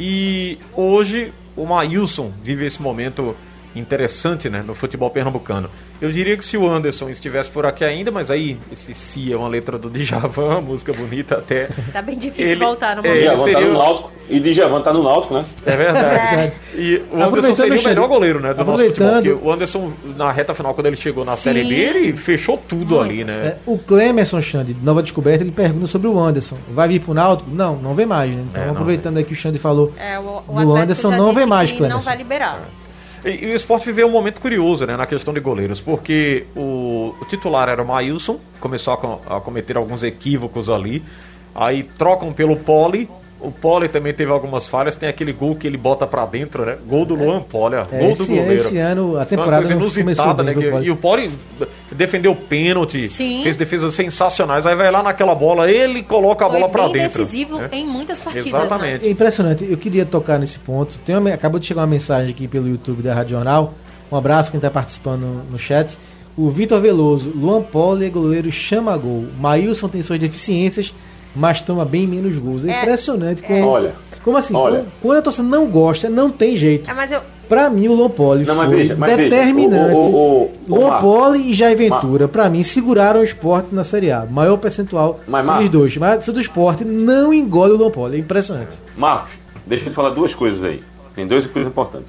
E hoje o Maílson vive esse momento interessante, né, no futebol pernambucano. Eu diria que se o Anderson estivesse por aqui ainda, mas aí esse si é uma letra do Djavan, música bonita até. Tá bem difícil Ele- voltar no é, momento. Djavan seria- tá no Náutico e Djavan tá no Náutico, né? É verdade. E o Anderson Aproveitando, seria o Xande, melhor goleiro, né, do nosso futebol. aproveitando- Porque o Anderson, na reta final, quando ele chegou na Sim. Série B, ele fechou tudo ali, né? É, o Clemerson, Xande, de Nova Descoberta, ele pergunta sobre o Anderson. Vai vir pro Náutico? Não, não vem mais, né? Então, É, não aproveitando aí que o Xande falou É, o, o do Atlético Anderson, já não disse vem mais, que não Clemerson. vai liberar. E, e o Sport viveu um momento curioso, né, na questão de goleiros, porque o, o titular era o Maílson, começou a, com- a cometer alguns equívocos ali, aí trocam pelo Poli, o Poli também teve algumas falhas, tem aquele gol que ele bota pra dentro, né, gol do Luan Poli, ó, É, gol esse, do goleiro. esse ano a Isso é uma temporada coisa não começou inusitada, bem né, pro que- Poli. e o Poli defendeu pênalti, Sim. fez defesas sensacionais, aí vai lá naquela bola, ele coloca a Foi bola pra bem dentro. decisivo né? em muitas partidas, Exatamente. né? É impressionante, eu queria tocar nesse ponto. Tem uma, acabou de chegar uma mensagem aqui pelo YouTube da Rádio Jornal. Um abraço quem está participando no, no chat. O Vitor Veloso, Luan Poli é goleiro, chama gol. Maílson tem suas deficiências, mas toma bem menos gols. É, É, impressionante como, Olha, como assim, olha. quando, quando a torcida não gosta, não tem jeito. É, mas eu, Pra mim, o Luan Poli Não, mas foi veja, mas veja, determinante. o- o- o- o Luan Marcos. Poli e Jair Ventura, pra mim, seguraram o esporte na Série A. Maior percentual Mas, dos Marcos. dois. Mas o do esporte não engole o Luan Poli. É impressionante. Marcos, deixa eu te falar duas coisas aí. Tem duas coisas importantes.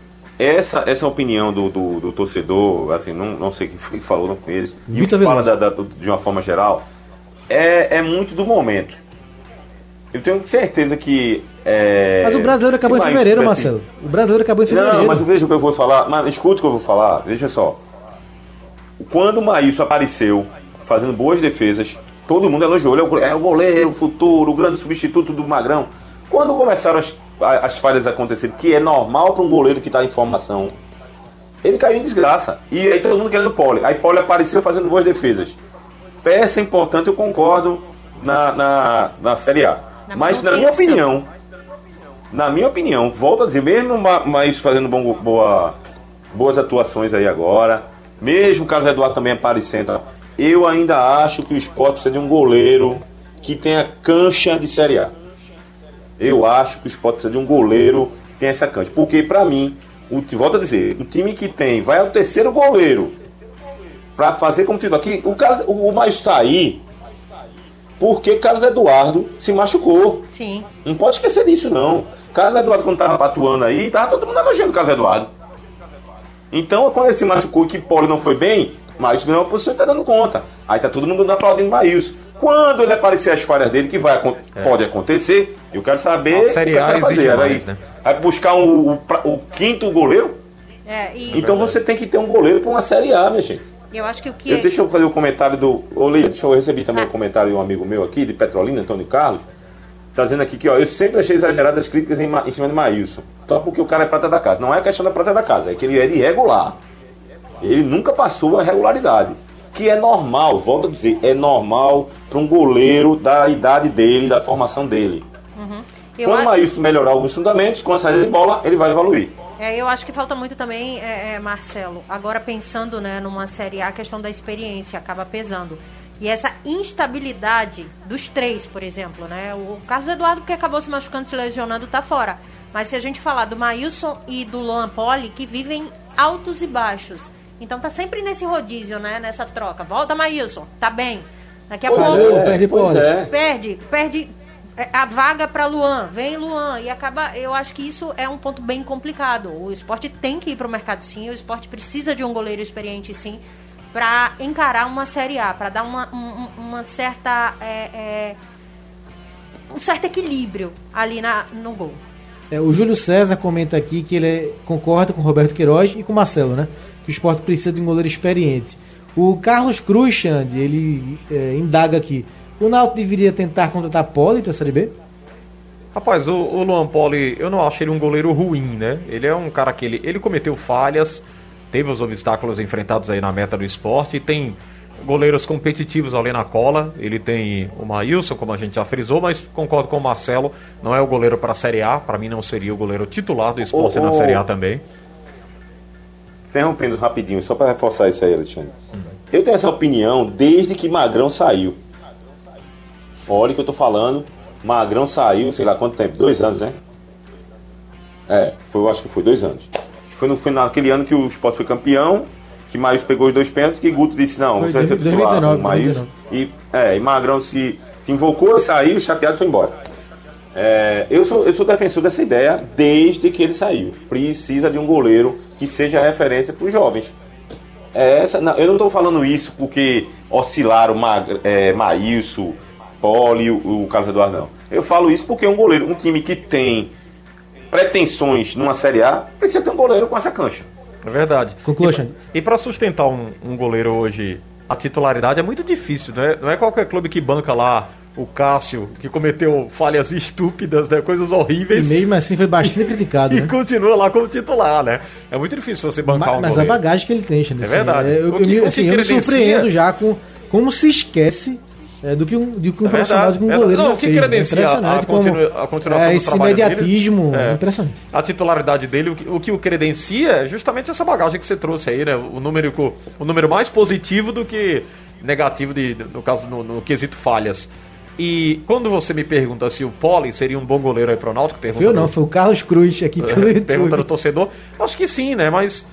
Essa, essa opinião do, do, do torcedor, assim, não, não sei quem foi que falou, não conheço, e o Vitor que fala Veloso. da, da- de uma forma geral, é, é muito do momento. Eu tenho certeza que... É, Mas o brasileiro acabou em se mais fevereiro, tivesse- Marcelo. O brasileiro acabou em fevereiro. Não, mas veja o que eu vou falar. Mas escuta o que eu vou falar. Veja só. Quando o Maílson apareceu, fazendo boas defesas, todo mundo elogiou. Ele é o go- é o goleiro, o futuro, o grande substituto do Magrão. Quando começaram as, a- as falhas a acontecerem, que é normal para um goleiro que está em formação, ele caiu em desgraça. E aí todo mundo querendo o Poli. Aí Poli apareceu fazendo boas defesas. Peça importante, eu concordo na, na, na Série A. Na Mas na minha manutenção. opinião, na minha opinião, volto a dizer, mesmo Ma- mais fazendo bom- boa, boas atuações aí agora, mesmo o Carlos Eduardo também aparecendo, eu ainda acho que o Sport precisa de um goleiro que tenha cancha de Série A. Eu acho que o Sport precisa de um goleiro que tenha essa cancha. Porque, pra mim, o, volto a dizer, o time que tem vai ao terceiro goleiro pra fazer como titular. Aqui, o, Carlos- o, o mais está aí porque Carlos Eduardo se machucou. sim. Não pode esquecer disso, não. Carlos Eduardo, quando tava atuando aí, tava todo mundo elogiando o Carlos Eduardo. Então, quando ele se machucou e que Poli não foi bem, Maílson ganhou uma posição e tá dando conta. Aí tá todo mundo aplaudindo o Maílson. Quando ele aparecer as falhas dele, que vai, acon- pode acontecer, eu quero saber A Série o que A vai fazer. exige Aí, mais, né? aí buscar um- o, pra- o quinto goleiro? É, e, Então você tem que ter um goleiro para uma Série A, minha gente. Eu acho que o que eu, é... Deixa eu fazer o um comentário do... Ô, Lívia, deixa eu receber também o ah. um comentário de um amigo meu aqui, de Petrolina, Antônio Carlos. Tá dizendo aqui que, ó, eu sempre achei exageradas as críticas em, em cima de Maílson. Só porque o cara é prata da casa. Não é a questão da prata da casa, é que ele é irregular. Ele nunca passou a regularidade. Que é normal, volto a dizer, é normal para um goleiro da idade dele, da formação dele. Uhum. Quando o Maílson melhorar alguns fundamentos, com a saída de bola, ele vai evoluir. É, eu acho que falta muito também, é, é, Marcelo, agora pensando, né, numa Série A, a questão da experiência acaba pesando. E essa instabilidade dos três, por exemplo, né? O Carlos Eduardo, porque acabou se machucando, se lesionando, tá fora. Mas se a gente falar do Maílson e do Luan Poli, que vivem altos e baixos. Então tá sempre nesse rodízio, né? Nessa troca. Volta, Maílson, tá bem. Daqui a pois pouco... É, perde, pois é. Perde, perde a vaga para Luan. Vem Luan. E acaba... Eu acho que isso é um ponto bem complicado. O esporte tem que ir pro mercado, sim. O esporte precisa de um goleiro experiente, sim, para encarar uma Série A, para dar uma, um, uma certa... É, é, um certo equilíbrio ali na, no gol. É, o Júlio César comenta aqui que ele é, concorda com o Roberto Queiroz e com o Marcelo, né? Que o esporte precisa de um goleiro experiente. O Carlos Cruz, Xande, ele é, indaga aqui. O Náutico deveria tentar contratar Poli para a Série B? Rapaz, o, o Luan Poli, eu não acho ele um goleiro ruim, né? Ele é um cara que ele, ele cometeu falhas, teve os obstáculos enfrentados aí na meta do esporte, e tem goleiros competitivos ali na cola. Ele tem o Maílson, como a gente já frisou, mas concordo com o Marcelo, não é o goleiro para a Série A. Para mim não seria o goleiro titular do esporte oh, oh. na Série A também. Interrompendo rapidinho, só para reforçar isso aí, Alexandre. Hum. Eu tenho essa opinião desde que Magrão saiu. Olha o que eu tô falando. Magrão saiu, sei lá quanto tempo, dois anos, né? É, foi, eu acho que foi dois anos. Foi, no, foi naquele ano que o Sport foi campeão, que Maílson pegou os dois pênaltis, que Guto disse, não, foi você vai ser titular, Maílson. E, é, e Magrão se, se invocou, saiu, chateado, foi embora. É, eu, sou, eu sou defensor dessa ideia desde que ele saiu. Precisa de um goleiro que seja referência para os jovens. É essa, não, eu não estou falando isso porque oscilaram Mag, é, Maílson, Poli, o, o Carlos Eduardo, não. Eu falo isso porque um goleiro, um time que tem pretensões numa Série A, precisa ter um goleiro com essa cancha. É verdade. Conclua, E, e para sustentar um, um goleiro hoje, a titularidade é muito difícil, né? Não é qualquer clube que banca lá o Cássio, que cometeu falhas estúpidas, né? Coisas horríveis. E mesmo assim foi bastante criticado, e né? continua lá como titular, né? É muito difícil você bancar mas, um mas goleiro. Mas a bagagem que ele tem, Xande, é verdade. Assim, eu, o que, eu, o assim, que eu credencia... me surpreendo já com como se esquece é, do que um, do que um é profissional, do que um goleiro não, já o que fez. credencia É impressionante a, continu, como, a continuação é, do esse trabalho imediatismo dele, é, impressionante. A titularidade dele, o que, o que o credencia é justamente essa bagagem que você trouxe aí, né? O número, o número mais positivo do que negativo, de, no caso, no, no quesito falhas. E quando você me pergunta se o Poli seria um bom goleiro aí pro Náutico... Foi eu não, foi o Carlos Cruz aqui pelo YouTube. Pergunta do torcedor. Acho que sim, né? Mas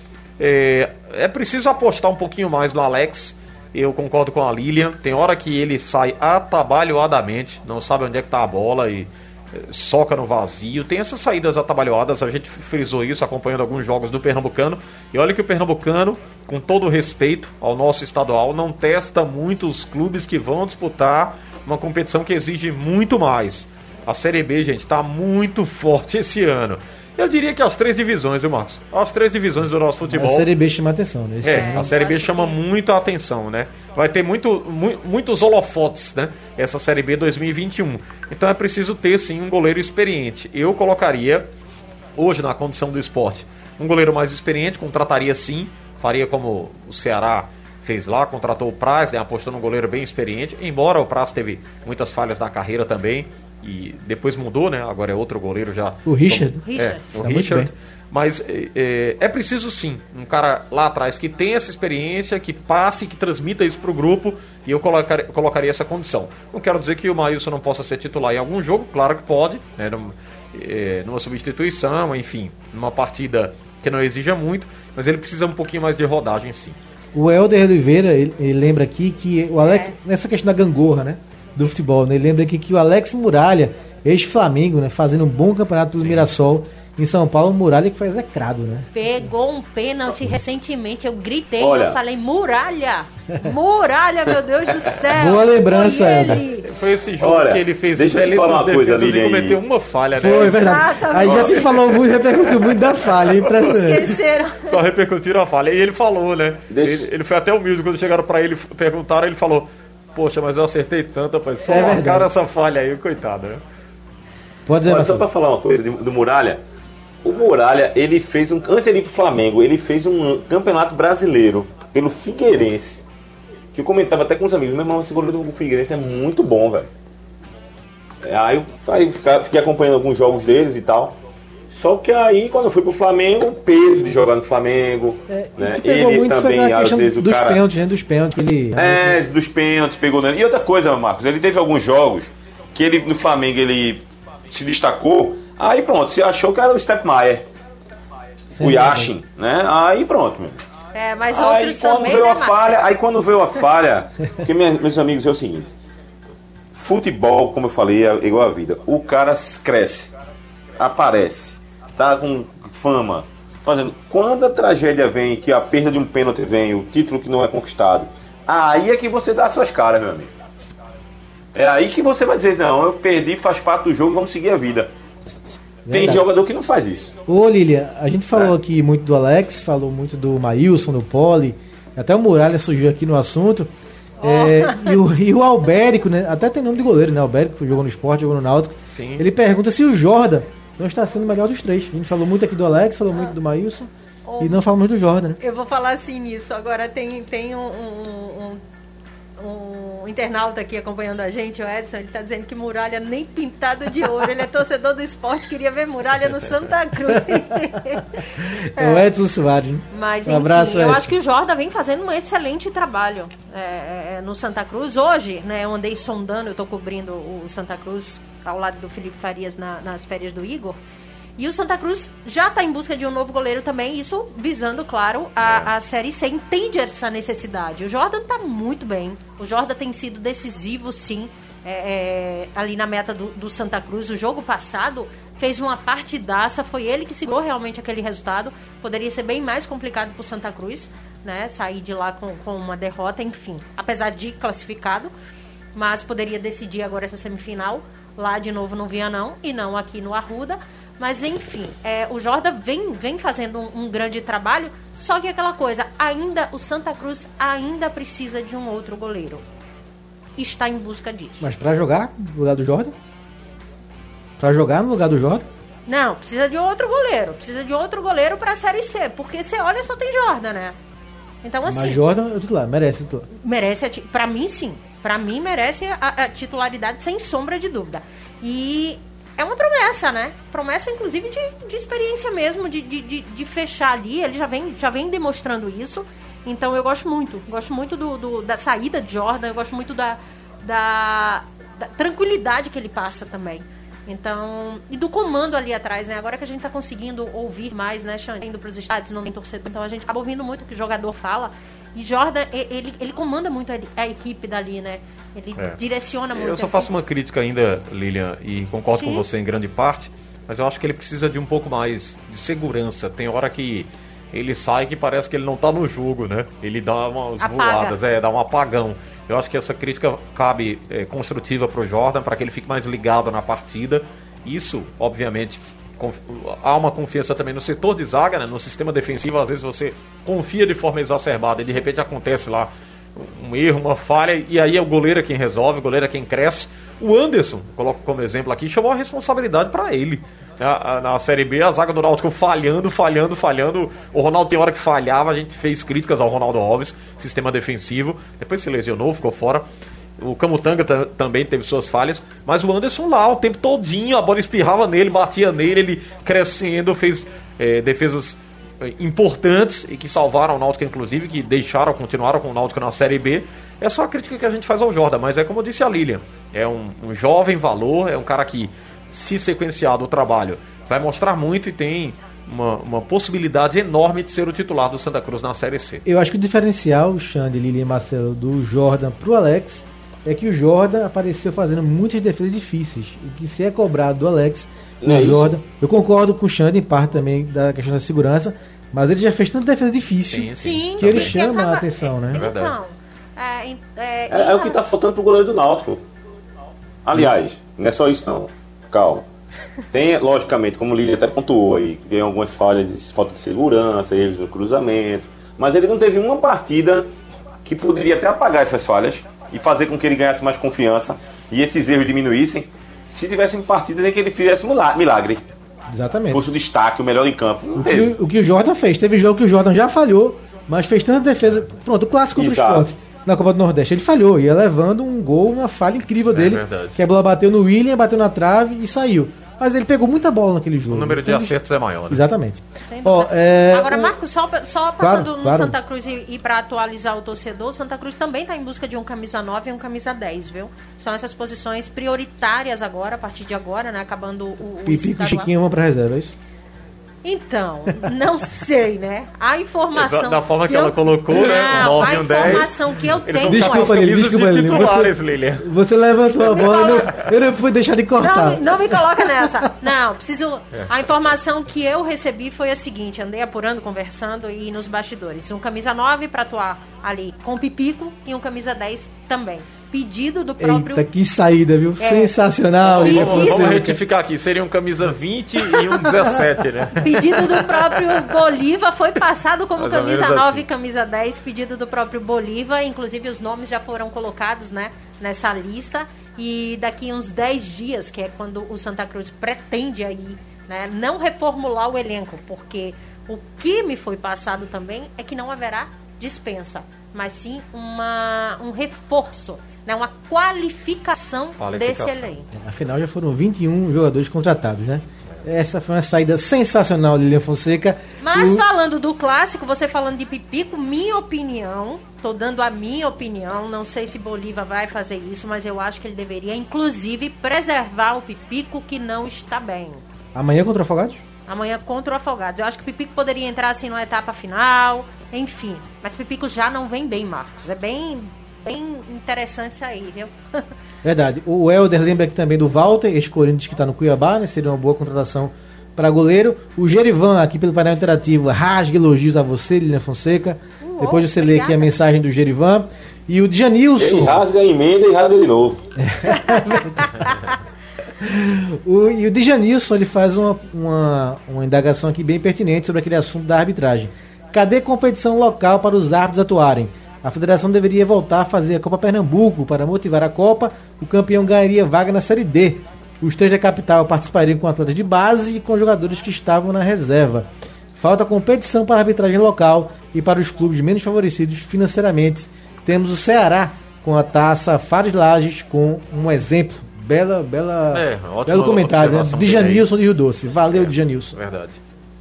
é, é preciso apostar um pouquinho mais no Alex. Eu concordo com a Lilian. Tem hora que ele sai atabalhoadamente, não sabe onde é que tá a bola e é, soca no vazio. Tem essas saídas atabalhoadas, a gente frisou isso acompanhando alguns jogos do Pernambucano. E olha que o Pernambucano, com todo respeito ao nosso estadual, não testa muitos clubes que vão disputar uma competição que exige muito mais. A Série B, gente, está muito forte esse ano. Eu diria que as três divisões, viu, Marcos? As três divisões do nosso futebol. A Série B chama atenção, né? Esse é, ano. a Série B chama que... muito a atenção, né? Vai ter muito, mu- muitos holofotes, né? Essa Série B dois mil e vinte e um. Então é preciso ter, sim, um goleiro experiente. Eu colocaria, hoje, na condição do esporte, um goleiro mais experiente, contrataria sim, faria como o Ceará fez lá, contratou o Praz, né, apostou num goleiro bem experiente, embora o Praz teve muitas falhas na carreira também, e depois mudou, né, agora é outro goleiro já. O Richard. Como, Richard. É, o tá Richard. Mas é, é preciso sim, um cara lá atrás que tenha essa experiência, que passe, que transmita isso pro grupo, e eu colocar, colocaria essa condição. Não quero dizer que o Maílson não possa ser titular em algum jogo, claro que pode, né, num, é, numa substituição, enfim, numa partida que não exija muito, mas ele precisa um pouquinho mais de rodagem sim. O Helder Oliveira, ele, ele lembra aqui que o Alex, é. nessa questão da gangorra, né, do futebol, né, ele lembra aqui que o Alex Muralha, ex-Flamengo, né, fazendo um bom campeonato pelo Sim. Mirassol, Em São Paulo, o Muralha que foi execrado, né? Pegou um pênalti recentemente, eu gritei, Olha. eu falei, Muralha! Muralha, meu Deus do céu! Boa lembrança, Foi Elber. ele. Foi esse jogo Olha, que ele fez deixa eu te falar belíssimas uma coisa, defesas e Lilian, cometeu aí. uma falha, Foi né? verdade. Exatamente. Aí já se falou muito, repercutiu muito da falha, impressionante. Esqueceram. Só repercutiram a falha. E ele falou, né? Deixa- Ele, ele foi até humilde quando chegaram pra ele, perguntaram, ele falou: Poxa, mas eu acertei tanto, rapaz. Só É verdade. marcaram essa falha aí, coitado, né? Pode dizer, Olha, só Marcelo. pra falar uma coisa do, do Muralha. O Muralha, ele fez um. Antes de ir pro Flamengo, ele fez um campeonato brasileiro pelo Figueirense. Que eu comentava até com os amigos, meu irmão, esse goleiro do Figueirense é muito bom, velho. Aí eu aí fica- fiquei acompanhando alguns jogos deles e tal. Só que aí, quando eu fui pro Flamengo, o peso de jogar no Flamengo. É, né? o que pegou Ele muito foi também, aquela às questão vezes, o dos cara. pênaltis, né? Dos pênaltis que ele... É, esse dos pênaltis, pegou nele. E outra coisa, Marcos, ele teve alguns jogos que ele no Flamengo ele se destacou. Aí pronto, você achou que era o Stepmaier, o Yashin, né? Aí pronto, meu. É, mas Aí outros quando também, veio né, a Marcelo? falha, aí quando veio a falha, porque minha- meus amigos é o seguinte: futebol, como eu falei, é igual a vida. O cara cresce, aparece, tá com fama, fazendo. Quando a tragédia vem, que a perda de um pênalti vem, o título que não é conquistado, aí é que você dá as suas caras, meu amigo. É aí que você vai dizer, não, eu perdi, faz parte do jogo, vamos seguir a vida. Tem Verdade. jogador que não faz isso. Ô, Lilian, a gente falou É. aqui muito do Alex, falou muito do Maílson, do Poli, até o Muralha surgiu aqui no assunto. É, e, o, e o Albérico, né? Até tem nome de goleiro, né? Albérico, que jogou no Sport, jogou no Náutico. Sim. Ele pergunta se o Jordan não está sendo o melhor dos três. A gente falou muito aqui do Alex, falou muito do Maílson Oh. e não falou muito do Jordan, né? Eu vou falar assim nisso. Agora tem, tem um, um, um, um internauta aqui acompanhando a gente, o Edson. Ele tá dizendo que Muralha nem pintado de ouro. Ele é torcedor do esporte, queria ver Muralha no Santa Cruz. É o Edson Soares, né? Mas Um enfim, abraço, eu Edson. acho que o Jordan vem fazendo um excelente trabalho é, é, no Santa Cruz. Hoje, né, eu andei sondando, eu estou cobrindo o Santa Cruz ao lado do Felipe Farias na- nas férias do Igor. E o Santa Cruz já está em busca de um novo goleiro também, isso visando, claro, a, a Série C. Entende essa necessidade. O Jordan está muito bem. O Jordan tem sido decisivo, sim, é, é, ali na meta do, do Santa Cruz. O jogo passado fez uma partidaça, foi ele que segurou realmente aquele resultado. Poderia ser bem mais complicado para o Santa Cruz, né? Sair de lá com, com uma derrota, enfim. Apesar de classificado, mas poderia decidir agora essa semifinal lá de novo no Vianão e não aqui no Arruda. Mas enfim, é, o Jordan vem, vem fazendo um, um grande trabalho, só que aquela coisa, ainda o Santa Cruz ainda precisa de um outro goleiro. Está em busca disso. Mas pra jogar no lugar do Jordan? Pra jogar no lugar do Jordan? Não, precisa de outro goleiro. Precisa de outro goleiro para a Série C, porque você olha só tem Jordan, né? Então assim, Mas Jordan é titular, merece titular. merece a ti- pra mim sim, pra mim merece a, a titularidade sem sombra de dúvida. E é uma promessa, né? Promessa inclusive de, de experiência mesmo, de, de, de, de fechar ali. Ele já vem, já vem demonstrando isso. Então eu gosto muito, gosto muito do, do- da saída de Jordan, eu gosto muito da, da, da tranquilidade que ele passa também. Então, e do comando ali atrás, né? Agora que a gente tá conseguindo ouvir mais, né, Xande? Indo pros estádios, não tem torcedor, então a gente acaba ouvindo muito o que o jogador fala. E Jordan, e- ele, ele comanda muito a, a equipe dali, né? Ele É. direciona muito. Eu só a faço equipe. uma crítica ainda, Lilian, e concordo Sim. com você em grande parte, mas eu acho que ele precisa de um pouco mais de segurança. Tem hora que ele sai que parece que ele não tá no jogo, né? Ele dá umas Apaga. voadas, é, dá um apagão. Eu acho que essa crítica cabe é, construtiva pro Jordan, para que ele fique mais ligado na partida. Isso, obviamente, conf- há uma confiança também no setor de zaga, né? No sistema defensivo. Às vezes você confia de forma exacerbada e de repente acontece lá um erro, uma falha, e aí é o goleiro quem resolve, o goleiro é quem cresce. O Anderson, coloco como exemplo aqui, chamou a responsabilidade para ele. Na, na Série B, a zaga do Náutico falhando, falhando, falhando. O Ronaldo tem hora que falhava, a gente fez críticas ao Ronaldo Alves, sistema defensivo. Depois se lesionou, ficou fora. O Camutanga ta- também teve suas falhas, mas o Anderson lá o tempo todinho, a bola espirrava nele, batia nele, ele crescendo, fez eh, defesas eh, importantes e que salvaram o Náutico, inclusive, que deixaram, continuaram com o Náutico na Série B. É só a crítica que a gente faz ao Jordan, mas é como eu disse a Lilian, é um, um jovem valor, é um cara que, se sequenciado o trabalho, vai mostrar muito e tem uma, uma possibilidade enorme de ser o titular do Santa Cruz na Série C. Eu acho que o diferencial, Xande, Lili e Marcelo, do Jordan pro Alex é que o Jordan apareceu fazendo muitas defesas difíceis. E que se é cobrado do Alex o é Jordan. Isso? Eu concordo com o Xande em parte também da questão da segurança, mas ele já fez tanta defesa difícil sim, sim. que ele chama tava... a atenção, né? É verdade. Então, é, é, é, é o que está faltando pro goleiro do Náutico. Aliás, isso. Não é só isso não. Calma. Tem, logicamente, como o Lili até pontuou aí, que tem algumas falhas de falta de segurança, erros no cruzamento, mas ele não teve uma partida que poderia até apagar essas falhas e fazer com que ele ganhasse mais confiança e esses erros diminuíssem se tivessem partidas em que ele fizesse um milagre. Exatamente. Fosse o destaque, o melhor em campo. Não o, teve. Que, o que o Jordan fez. Teve jogo que o Jordan já falhou, mas fez tanta defesa. Pronto, o clássico contra o Sport na Copa do Nordeste. Ele falhou, ia levando um gol, uma falha incrível dele. É verdade. Que a bola bateu no William, bateu na trave e saiu. Mas ele pegou muita bola naquele jogo. O número de então, acertos é maior, né? Exatamente. Ó, é, Agora, Marcos, só, só passando claro, no claro. Santa Cruz e, e para atualizar o torcedor, Santa Cruz também está em busca de um camisa nove e um camisa dez, viu? São essas posições prioritárias agora, a partir de agora, né? Acabando o, o Pipico e Chiquinho vão para reserva, é isso? Então, não sei, né? A informação... Da, da forma que, que ela eu... colocou, não, né? nove, a informação dez, que eu tenho... Desculpa, Lili, desculpa, Lili. Titulares, você, você levantou a bola, coloca... eu, não, eu não fui deixar de cortar. Não, não me coloca nessa. Não, preciso... É. A informação que eu recebi foi a seguinte, andei apurando, conversando e nos bastidores. Um camisa nove para atuar ali com o Pipico e um camisa dez também. Pedido do próprio... Eita, que saída, viu? É. Sensacional. Pedido... Vamos, vamos retificar aqui. Seria um camisa vinte e um dezessete, né? Pedido do próprio Bolívar foi passado como mais camisa nove e assim. Camisa dez. Pedido do próprio Bolívar. Inclusive, os nomes já foram colocados, né, nessa lista. E daqui uns dez dias, que é quando o Santa Cruz pretende aí, né, não reformular o elenco. Porque o que me foi passado também é que não haverá dispensa, mas sim uma, um reforço, né, uma qualificação, qualificação desse elenco. Afinal, já foram vinte e um jogadores contratados, né? Essa foi uma saída sensacional, Lilian Fonseca. Mas o... falando do clássico, você falando de Pipico, minha opinião, tô dando a minha opinião, não sei se Bolívar vai fazer isso, mas eu acho que ele deveria, inclusive, preservar o Pipico que não está bem. Amanhã contra o Afogados? Amanhã contra o Afogados. Eu acho que o Pipico poderia entrar assim numa etapa final, enfim. Mas Pipico já não vem bem, Marcos. É bem, bem interessante isso aí, viu? Verdade. O Helder lembra aqui também do Walter, ex-Corinthians que está no Cuiabá, né? Seria uma boa contratação para goleiro. O Gerivan, aqui pelo painel interativo, rasga elogios a você, Lilian Fonseca. Uh, Depois de você ler aqui a mensagem do Gerivan. E o Djanilson. Ele rasga, emenda e rasga de novo. o, e o Djanilson, ele faz uma, uma, uma indagação aqui bem pertinente sobre aquele assunto da arbitragem. Cadê competição local para os árbitros atuarem? A federação deveria voltar a fazer a Copa Pernambuco para motivar a Copa. O campeão ganharia vaga na Série D. Os três da capital participariam com atletas de base e com jogadores que estavam na reserva. Falta competição para a arbitragem local e para os clubes menos favorecidos financeiramente. Temos o Ceará com a taça Fares Lages com um exemplo. Bela, bela, é, belo comentário, né? Djanilson de Rio Doce. Valeu, é, Djanilson. Verdade.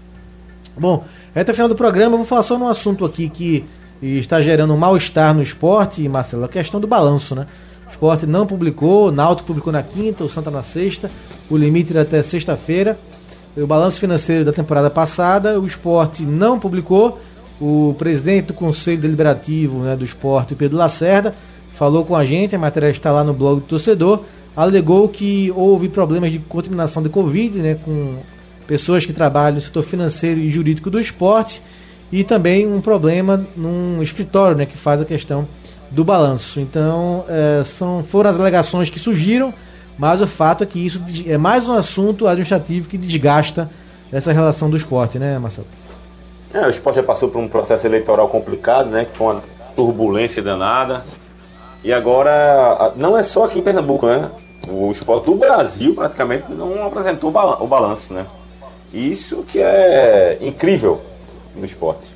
Bom, até o final do programa eu vou falar só num assunto aqui que está gerando um mal-estar no esporte, Marcelo, a questão do balanço, né? O esporte não publicou, o Náutico publicou na quinta, o Santa na sexta, o limite era até sexta-feira. O balanço financeiro da temporada passada, o esporte não publicou. O presidente do Conselho Deliberativo, né, do Esporte, Pedro Lacerda, falou com a gente, a matéria está lá no blog do torcedor, alegou que houve problemas de contaminação de Covid, né, com pessoas que trabalham no setor financeiro e jurídico do esporte, e também um problema num escritório, né, que faz a questão do balanço. Então, é, são, foram as alegações que surgiram, mas o fato é que isso é mais um assunto administrativo que desgasta essa relação do esporte, né, Marcelo? É, o esporte já passou por um processo eleitoral complicado, né, que foi uma turbulência danada, e agora, não é só aqui em Pernambuco, né, o esporte do Brasil praticamente não apresentou o balanço, né, isso que é incrível no esporte.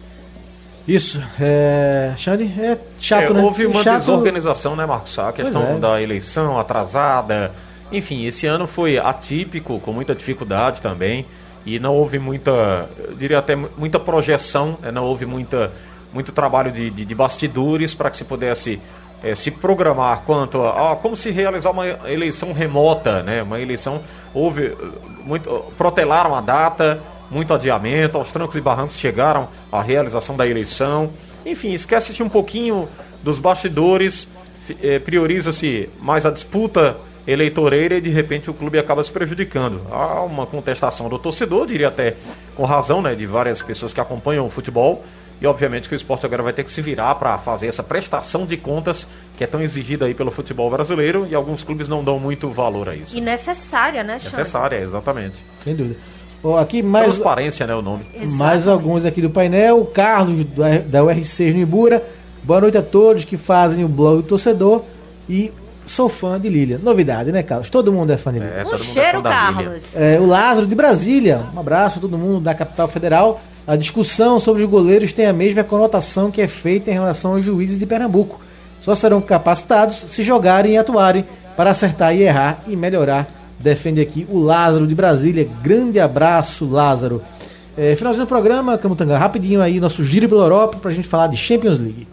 Isso, é... Xande, é chato, é, né? Houve uma chato... desorganização, né, Marcos? A questão é. da eleição atrasada, enfim, esse ano foi atípico, com muita dificuldade também, e não houve muita, eu diria até muita projeção, né? Não houve muita, muito trabalho de, de, de bastidores para que se pudesse é, se programar quanto a, a como se realizar uma eleição remota, né? Uma eleição, houve muito, protelaram a data, muito adiamento, aos trancos e barrancos chegaram à realização da eleição. Enfim, esquece-se um pouquinho dos bastidores, eh, prioriza-se mais a disputa eleitoreira e de repente o clube acaba se prejudicando. Há uma contestação do torcedor, diria até com razão, né, de várias pessoas que acompanham o futebol, e obviamente que o esporte agora vai ter que se virar para fazer essa prestação de contas que é tão exigida aí pelo futebol brasileiro, e alguns clubes não dão muito valor a isso. E necessária, né, Xande? Necessária, exatamente. Sem dúvida. Oh, aqui mais, transparência, né, o nome. Exatamente. Mais alguns aqui do painel. O Carlos, da U R seis no Ibura. Boa noite a todos que fazem o blog do torcedor. E sou fã de Lilian. Novidade, né, Carlos? Todo mundo é fã de Lilian. É, um cheiro, é Carlos. É, o Lázaro de Brasília. Um abraço a todo mundo da capital federal. A discussão sobre os goleiros tem a mesma conotação que é feita em relação aos juízes de Pernambuco. Só serão capacitados se jogarem e atuarem para acertar e errar e melhorar. Defende aqui o Lázaro de Brasília. Grande abraço, Lázaro. É, finalzinho do programa, Camutanga, rapidinho aí, nosso giro pela Europa pra gente falar de Champions League.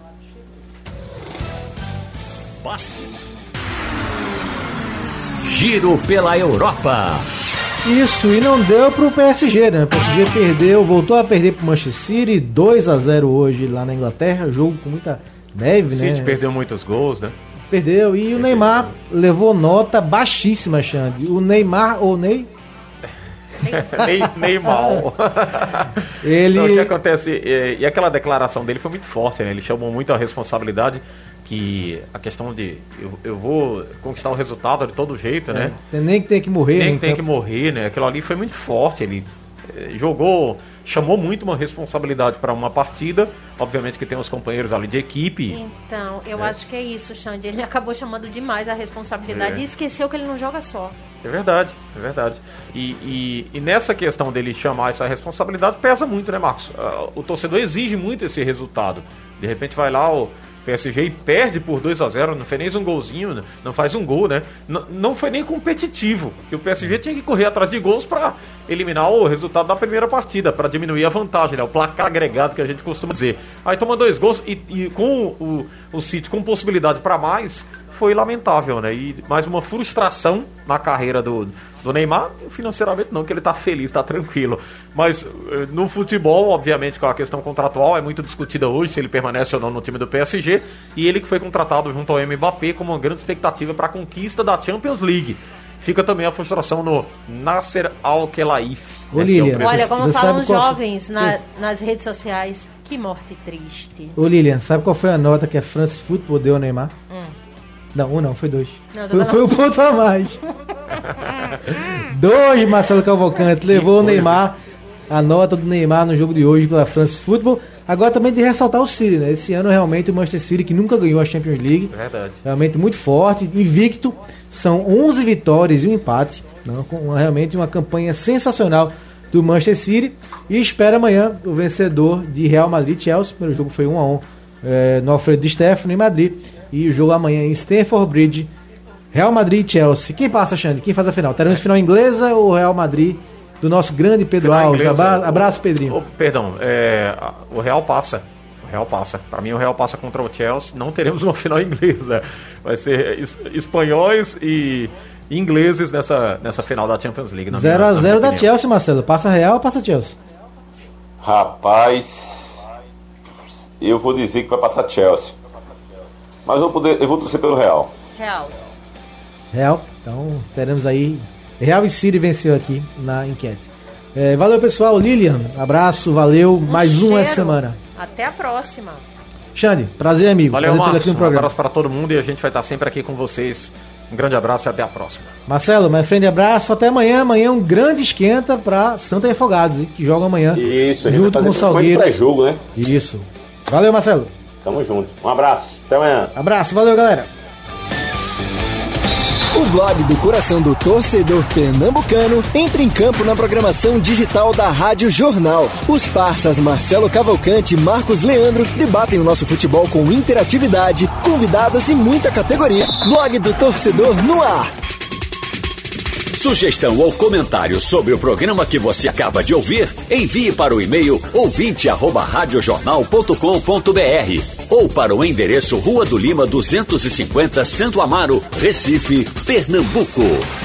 Basta. Giro pela Europa. Isso, e não deu pro P S G, né? O P S G perdeu, voltou a perder pro Manchester City, dois a zero hoje lá na Inglaterra, jogo com muita neve, o né? O City perdeu muitos gols, né? Perdeu, e o Neymar levou nota baixíssima, Xande. O Neymar, ou Ney... Ney Neymar. Ele... Então, o que acontece, e, e aquela declaração dele foi muito forte, né? Ele chamou muito a responsabilidade, que a questão de eu, eu vou conquistar o resultado de todo jeito, é, né? Nem que tem que morrer. Nem que tem que morrer, né? Aquilo ali foi muito forte, ele eh, jogou... chamou muito uma responsabilidade para uma partida, obviamente que tem os companheiros ali de equipe. Então, eu é. acho que é isso, Xande, ele acabou chamando demais a responsabilidade é. e esqueceu que ele não joga só. É verdade, é verdade. E, e, e nessa questão dele chamar essa responsabilidade, pesa muito, né, Marcos? O torcedor exige muito esse resultado. De repente vai lá o P S G e perde por dois a zero, não fez nem um golzinho, não faz um gol, né? N- não foi nem competitivo, porque o P S G tinha que correr atrás de gols para eliminar o resultado da primeira partida, para diminuir a vantagem, né? O placar agregado que a gente costuma dizer. Aí toma dois gols e, e com o, o City com possibilidade para mais, foi lamentável, né? E mais uma frustração na carreira do, do Neymar, financeiramente não, que ele tá feliz, tá tranquilo. Mas no futebol, obviamente, com a questão contratual é muito discutida hoje, se ele permanece ou não no time do P S G, e ele que foi contratado junto ao Mbappé como uma grande expectativa para a conquista da Champions League. Fica também a frustração no Nasser Al-Khelaifi. Ô, Lilian, né, é Olha, como falam os jovens foi... na, nas redes sociais, que morte triste. Ô, Lilian, sabe qual foi a nota que a France Football deu ao Neymar? Hum. Não, um não, foi dois. Não, foi, foi um ponto a mais. Dois, Marcelo Cavalcante levou o Neymar, a nota do Neymar no jogo de hoje pela France Football. Agora também de ressaltar o City, né? Esse ano realmente o Manchester City, que nunca ganhou a Champions League, verdade, realmente muito forte, invicto, são onze vitórias e um empate, não, com realmente uma campanha sensacional do Manchester City, e espera amanhã o vencedor de Real Madrid e Chelsea. O primeiro jogo foi um a um é, no Alfredo Di Stéfano em Madrid, e o jogo amanhã em Stamford Bridge, Real Madrid e Chelsea. Quem passa, Xande? Quem faz a final? Teremos final inglesa ou Real Madrid do nosso grande Pedro final Alves? Inglesa, Abra- abraço, Pedrinho. O, perdão, é, o Real passa. O Real passa. Para mim, o Real passa contra o Chelsea. Não teremos uma final inglesa. Vai ser es, espanhóis e ingleses nessa, nessa final da Champions League. zero a zero da Chelsea, Marcelo. Passa Real ou passa Chelsea? Rapaz, eu vou dizer que vai passar Chelsea. Mas eu vou, poder, eu vou torcer pelo Real. Real. Real. Então, teremos aí. Real e City venceu aqui na enquete. É, valeu, pessoal. Lilian, abraço, valeu. Um Mais cheiro. Uma essa semana. Até a próxima. Xande, prazer, amigo. Valeu, prazer Marcos. Aqui no programa. Um abraço para todo mundo e a gente vai estar sempre aqui com vocês. Um grande abraço e até a próxima. Marcelo, meu frente abraço. Até amanhã. Amanhã um grande esquenta para Santa e Afogados, que joga amanhã. Isso, junto com o Salgueiro. Pré-jogo, né? Isso. Valeu, Marcelo. Tamo junto. Um abraço. Até amanhã. Abraço. Valeu, galera. O blog do coração do torcedor pernambucano entra em campo na programação digital da Rádio Jornal. Os parças Marcelo Cavalcante e Marcos Leandro debatem o nosso futebol com interatividade, convidados e muita categoria. Blog do torcedor no ar. Sugestão ou comentário sobre o programa que você acaba de ouvir, envie para o e-mail ouvinte arroba radiojornal ponto com ponto br ou para o endereço Rua do Lima duzentos e cinquenta, Santo Amaro, Recife, Pernambuco.